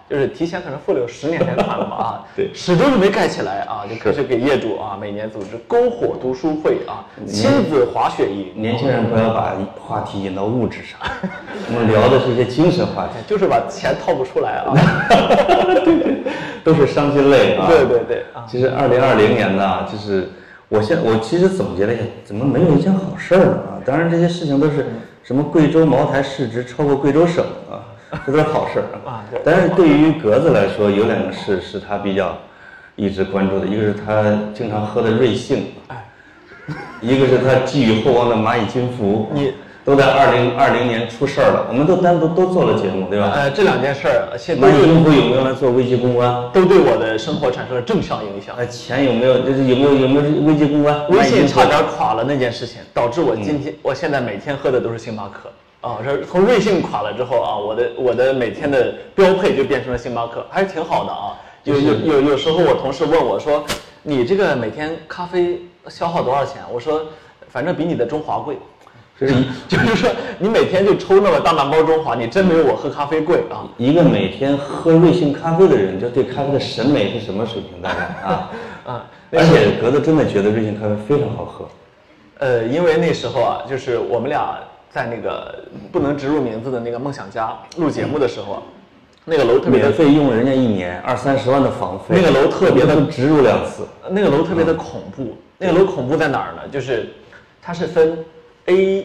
就是提前可能付了有10年贷款了嘛啊， 对， 始终是没盖起来啊，就开始给业主啊每年组织篝火读书会啊，亲子滑雪营。 年轻人不要把话题引到物质上，我们聊的是一些精神话题， 就是把钱掏不出来啊， 对，都是伤心泪啊。 对对对啊。 其实2020年呢，就是我其实总结了一下，怎么没有一件好事儿呢啊？当然这些事情都是什么贵州茅台市值超过贵州省啊。这都是好事啊，但是对于格子来说，有2个事是他比较一直关注的，一个是他经常喝的瑞幸，一个是他寄予厚望的蚂蚁金服，都在2020年出事儿了，我们都单独都做了节目，对吧？ 这2件事儿， 蚂蚁金服有没有来做危机公关？ 都对我的生活产生了正向影响。 钱有没有危机公关？ 微信差点垮了那件事情，导致我现在每天喝的都是星巴克。这从瑞幸垮了之后啊，我的每天的标配就变成了星巴克，还是挺好的啊。有时候我同事问我说，你这个每天咖啡消耗多少钱？我说，反正比你的中华贵。就是说，你每天就抽那么大半包中华，你真没有我喝咖啡贵啊。 一个每天喝瑞幸咖啡的人，就对咖啡的审美是什么水平？大概啊而且格子真的觉得瑞幸咖啡非常好喝。 因为那时候啊，就是我们俩在那个不能植入名字的那个梦想家录节目的时候啊，那个楼特别的免费用人家1年20-30万的房费， 那个楼特别的植入2次， 那个楼特别的恐怖。那个楼恐怖在哪儿呢？就是它是分 A1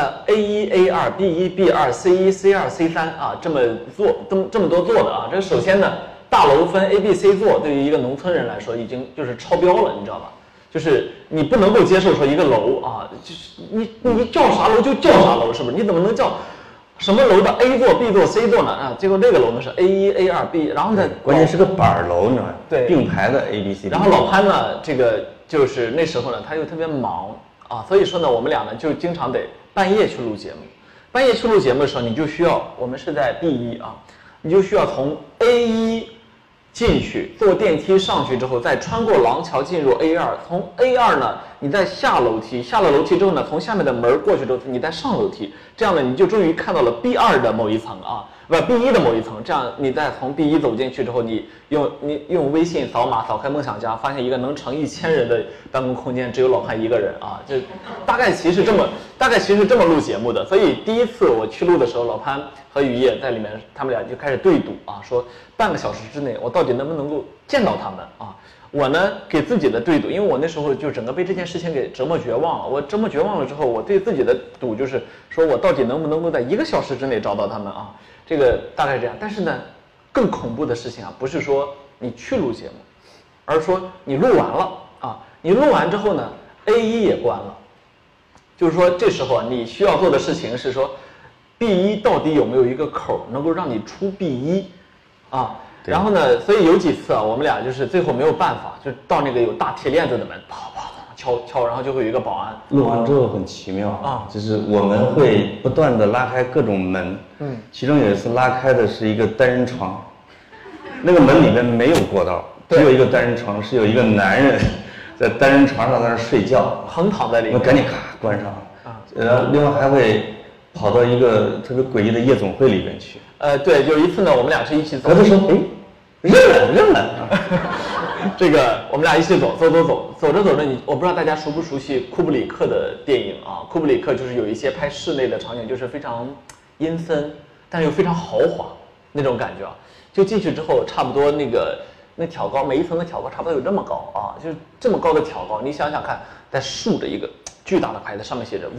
A2 B1 B2 C1 C2 C3啊，这么多座的啊。这首先呢，大楼分 A B C 座，对于一个农村人来说已经就是超标了，你知道吧？就是你不能够接受说一个楼啊，就是你叫啥楼就叫啥楼，是不是？你怎么能叫什么楼的 A 座、B 座、C 座呢？啊，结果这个楼呢是 A1、A2、B， 然后呢， 关键是个板楼，你知道吗？ 对， 并排的 A、B、C。 然后老潘呢，这个就是那时候呢，他又特别忙啊，所以说呢，我们俩呢就经常得半夜去录节目。半夜去录节目的时候，你就需要，我们是在 B1啊，你就需要从 A1。进去坐电梯上去之后，再穿过廊桥进入 A2， 从 A2 呢，你再下楼梯，下了楼梯之后呢，从下面的门过去之后，你再上楼梯，这样呢，你就终于看到了 B2 的某一层啊，不 B1 的某一层，这样你再从 B1 走进去之后，你用微信扫码扫开梦想家，发现一个能盛1000人的办公空间，只有老潘一个人啊，就大概其实这么录节目的。所以第一次我去录的时候，老潘和雨夜在里面，他们俩就开始对赌啊，说半个小时之内我到底能不能够见到他们啊？我呢给自己的对赌，因为我那时候就整个被这件事情给折磨绝望了。我折磨绝望了之后，我对自己的赌就是说我到底能不能够在1个小时之内找到他们啊？这个大概这样。但是呢，更恐怖的事情啊，不是说你去录节目，而是说你录完了啊，你录完之后呢 ，A1 也关了，就是说这时候啊，你需要做的事情是说。B1 到底有没有一个口能够让你出 B1 啊？然后呢，所以有几次啊，我们俩就是最后没有办法，就到那个有大铁链子的门，啪啪敲，然后就会有一个保安。 录完之后很奇妙啊，就是我们会不断的拉开各种门，其中有一次拉开的是一个单人床，那个门里面没有过道，只有一个单人床，是有一个男人在单人床上在那睡觉， 横躺在里面， 我赶紧咔关上啊，另外还会。跑到一个特别诡异的夜总会里边去。 对，有一次呢，我们俩是一起走。 他说：“哎，认了。” 这个我们俩一起走着走着，我不知道大家熟不熟悉库布里克的电影啊？库布里克就是有一些拍室内的场景，就是非常阴森，但是又非常豪华那种感觉啊。就进去之后，差不多那挑高，每一层的挑高差不多有这么高啊，就是这么高的挑高，你想想看，在竖着一个巨大的牌子，上面写着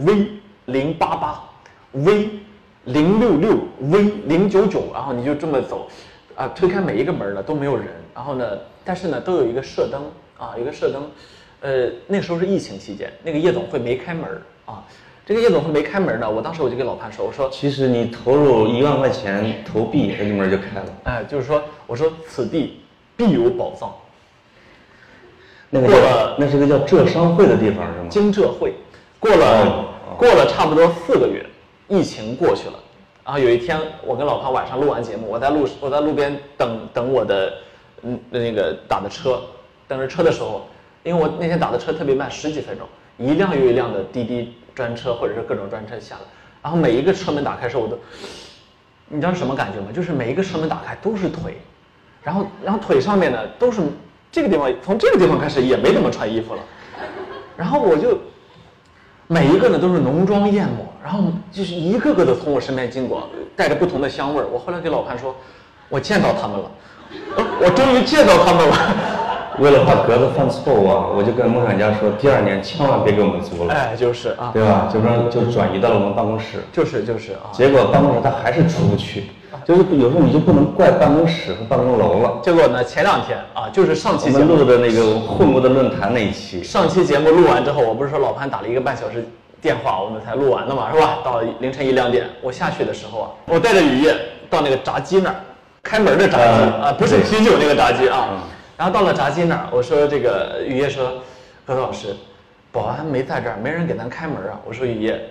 V088。V066V099，然后你就这么走，啊，推开每一个门呢都没有人，然后呢，但是呢都有一个射灯啊，有一个射灯，那时候是疫情期间，那个夜总会没开门啊，这个夜总会没开门呢，我当时我就跟老潘说，我说， 其实你投入1万块钱投币，这个门就开了， 就是说，我说此地必有宝藏。 那是个叫浙商会的地方是吗？ 京浙会，过了差不多4个月。疫情过去了，然后有一天，我跟老潘晚上录完节目，我在路边等我的那个打的车，等着车的时候，因为我那天打的车特别慢，10几分钟，一辆又一辆的滴滴专车或者是各种专车下来，然后每一个车门打开的时候，你知道是什么感觉吗？就是每一个车门打开都是腿， 然后腿上面呢都是这个地方，从这个地方开始也没怎么穿衣服了，然后我就每一个呢都是浓妆艳抹，然后就是一个个的从我身边经过，带着不同的香味儿。我后来给老潘说，我见到他们了，我终于见到他们了。 为了怕格子犯错误啊，我就跟梦想家说，第2年千万别给我们租了。 哎，就是啊， 对吧？就转移到了我们办公室。 就是啊。 结果办公室他还是出不去，就是有时候你就不能怪办公室和办公楼了。 结果呢，前2天啊，就是上期节目我们录的那个混过的论坛那一期， 上期节目录完之后，我不是说老潘打了1个半小时电话，我们才录完的嘛，是吧？到凌晨1、2点，我下去的时候啊，我带着雨夜到那个炸鸡那儿，开门的炸鸡啊，不是啤酒那个炸鸡啊。然后到了炸鸡那儿，我说这个雨夜说，何老师，保安没在这儿，没人给咱开门啊。我说雨夜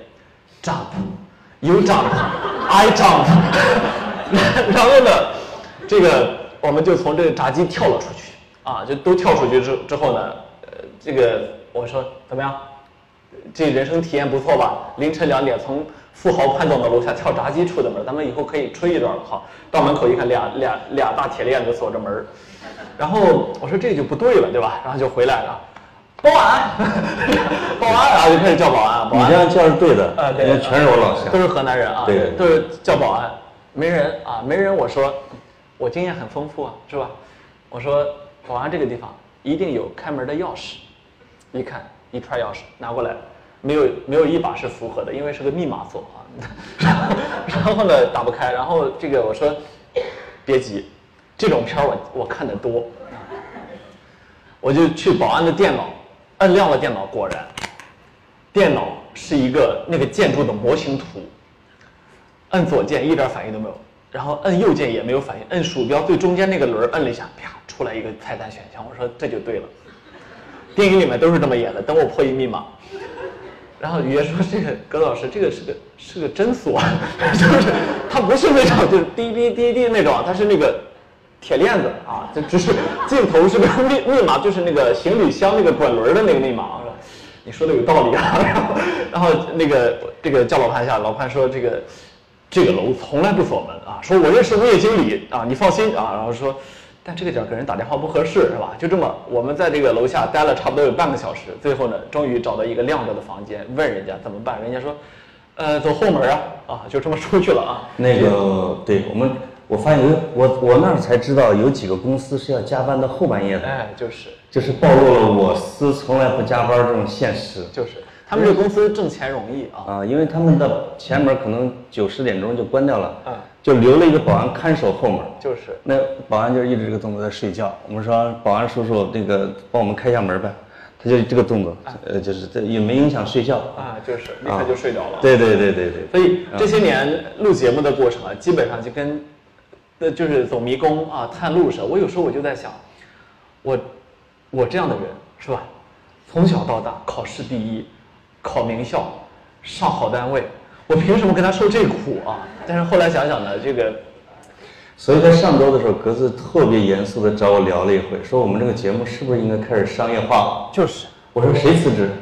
，jump，you jump，I jump，然后呢，这个我们就从这个炸鸡跳了出去啊，就都跳出去之后呢，这个我说怎么样？这人生体验不错吧？凌晨2点从富豪潘总的楼下跳炸鸡出的门，咱们以后可以吹一段了。好，到门口一看，俩大铁链子锁着门，然后我说这就不对了，对吧？然后就回来了，保安，保安，然后就开始叫保安。保安你这样叫是对的， 对， 因为全是我老乡， 都是河南人啊， 对， 都是叫保安，没人啊，没人。我说我经验很丰富啊，是吧？我说保安这个地方一定有开门的钥匙，一看一串钥匙拿过来。没有一把是符合的，因为是个密码锁啊。然后呢打不开，然后这个我说别急，这种片儿我看得多，我就去保安的电脑，摁亮了电脑，果然，电脑是一个那个建筑的模型图，摁左键一点反应都没有，然后摁右键也没有反应，摁鼠标最中间那个轮摁了一下，啪出来一个菜单选项，我说这就对了，电影里面都是这么演的，等我破译密码。然后雨夜说：“这个葛老师，这个是个真锁，就是它不是那种就是滴滴滴滴那种，它是那个铁链子啊，这只是镜头是个密码，就是那个行李箱那个滚轮的那个密码。”我说：“你说的有道理啊。”然后那个这个叫老潘下，老潘说这个楼从来不锁门啊，说我认识物业经理啊，你放心啊。然后说。但这个点给人打电话不合适，是吧？就这么，我们在这个楼下待了差不多有半个小时，最后呢，终于找到一个亮着的房间，问人家怎么办，人家说，走后门啊，就这么出去了啊。 那个，对我发现我那儿才知道有几个公司是要加班到后半夜的， 哎， 就是暴露了我司从来不加班这种现实， 就是他们这个公司挣钱容易啊， 因为他们的前门可能9、10点钟就关掉了，就留了一个保安看守后门， 就是那保安就一直这个动作在睡觉。我们说保安叔叔，那个帮我们开一下门呗，他就这个动作，就是这也没影响睡觉啊，就是立刻就睡着了。 对。 所以这些年录节目的过程啊，基本上就跟，就是走迷宫啊、探路似的。我有时候我就在想，我这样的人是吧？从小到大考试第一，考名校，上好单位。我凭什么跟他受这苦啊？但是后来想想呢，这个， 所以在上周的时候，格子特别严肃地找我聊了一回，说我们这个节目是不是应该开始商业化了？ 就是我说谁辞职？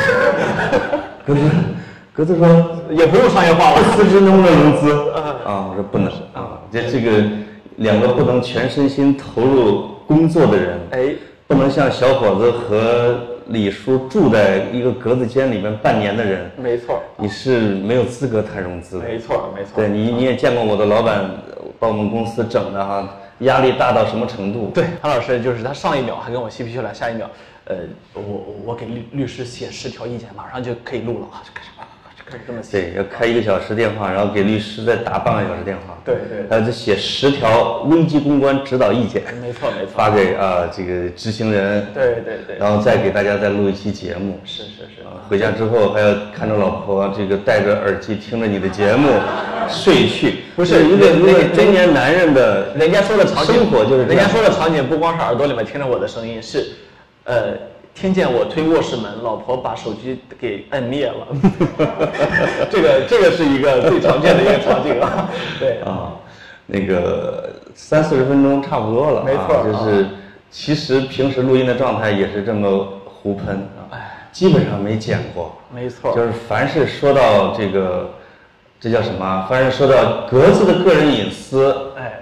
格子说也不用商业化了， 辞职能不能融资？我说不能啊，这个2个不能全身心投入工作的人，不能像小伙子和李叔住在一个格子间里面半年的人， 没错， 你是没有资格谈融资的。 没错。 对你也见过我的老板把我们公司整的哈，压力大到什么程度？ 对，潘老师就是他上一秒还跟我嬉皮笑脸，下一秒，我给律师写10条意见，马上就可以录了啊，就开始这么写。 对，要开1个小时电话，然后给律师再打半个小时电话。 对， 还有就写10条危机公关指导意见。 没错。 发给这个执行人。 对。 然后再给大家再录一期节目。 是。 回家之后还要看着老婆这个戴着耳机听着你的节目睡去。不是一个中年男人的， 人家说的场景生活就是这样。 人家说的场景不光是耳朵里面听着我的声音，是，听见我推卧室门，老婆把手机给摁灭了。这个是一个最常见的一个场景啊。对啊， 那个30-40分钟差不多了。 没错， 就是其实平时录音的状态也是这么胡喷基本上没剪过。 没错， 就是凡是说到这叫什么？凡是说到格子的个人隐私，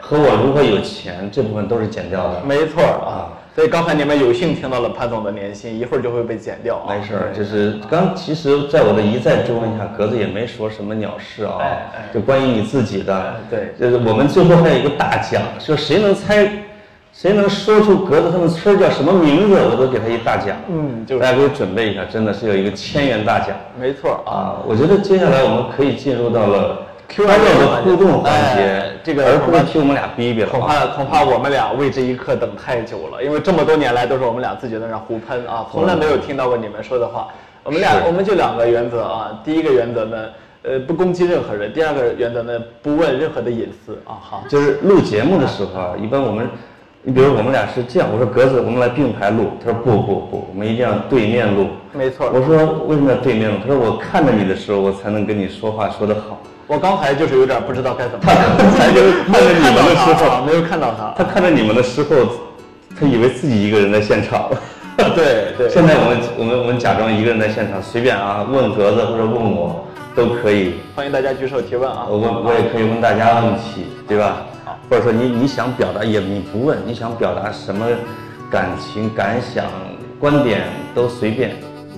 和我如何有钱这部分都是减掉的。 没错啊。所以刚才你们有幸听到了潘总的年薪，一会儿就会被剪掉啊。 没事儿，就是其实在我的一再追问下，格子也没说什么鸟事啊，就关于你自己的。 对， 就是我们最后还有一个大奖，说谁能猜，谁能说出格子他们村叫什么名字，我都给他一大奖。 就是大家可以准备一下，真的是有一个1000元大奖。 没错啊。 我觉得接下来我们可以进入到了 Q&A 的互动环节， 这个而不是听我们俩逼逼了。 恐怕我们俩为这一刻等太久了，因为这么多年来都是我们俩自己在那胡喷啊，从来没有听到过你们说的话。我们就2个原则啊，第一个原则呢，不攻击任何人；第二个原则呢，不问任何的隐私啊。好， 就是录节目的时候啊，一般你比如我们俩是这样，我说格子，我们来并排录，他说不，我们一定要对面录。 没错。 我说为什么要对面录？他说我看着你的时候，我才能跟你说话说得好。 我刚才就是有点不知道该怎么办。 才就是看着你们的时候， 没有看到他。 他看着你们的时候，他以为自己一个人在现场。 对。 现在我们假装一个人在现场，随便啊，问格子或者问我都可以。 欢迎大家举手提问啊。 我也可以问大家问题，对吧？或者说你想表达你不问，你想表达什么感情、感想、观点都随便。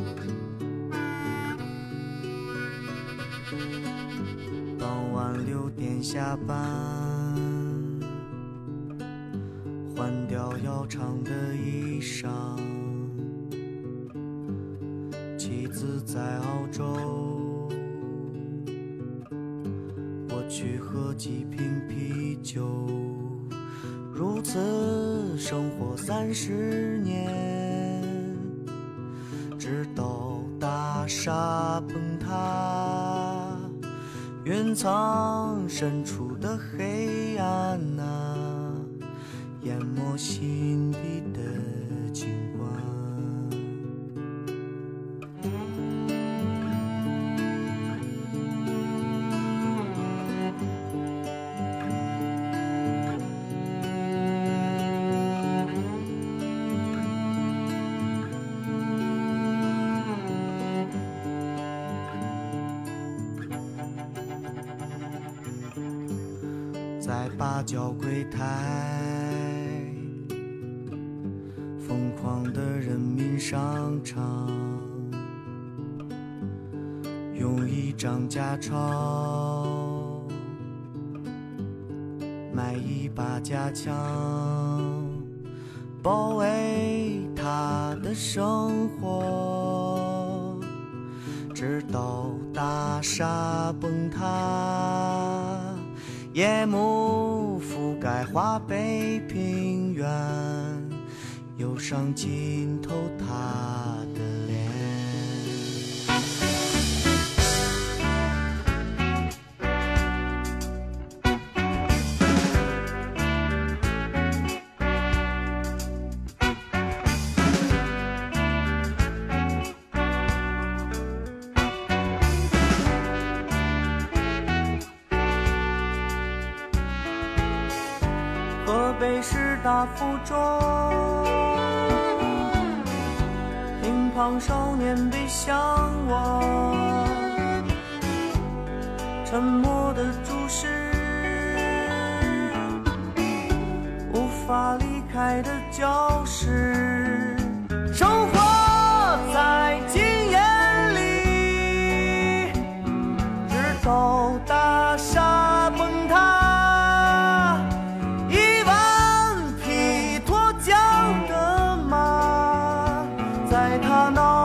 傍晚6点下班，换掉要长的衣裳，妻子在澳洲，我去喝几瓶啤酒，如此生活30年，直到大厦崩塌，云层深处的黑暗淹没心底的景观。在八角柜台，疯狂的人民商场，用1张假钞买1把假枪，包围他的生活，直到大厦崩塌，夜幕覆盖华北平原，忧伤浸透他的脸。河北师大附中，乒乓少年背向我，沉默的注视，无法离开的教室，生活在禁烟里，直到大厦崩塌。1万匹脱缰的马，在他脑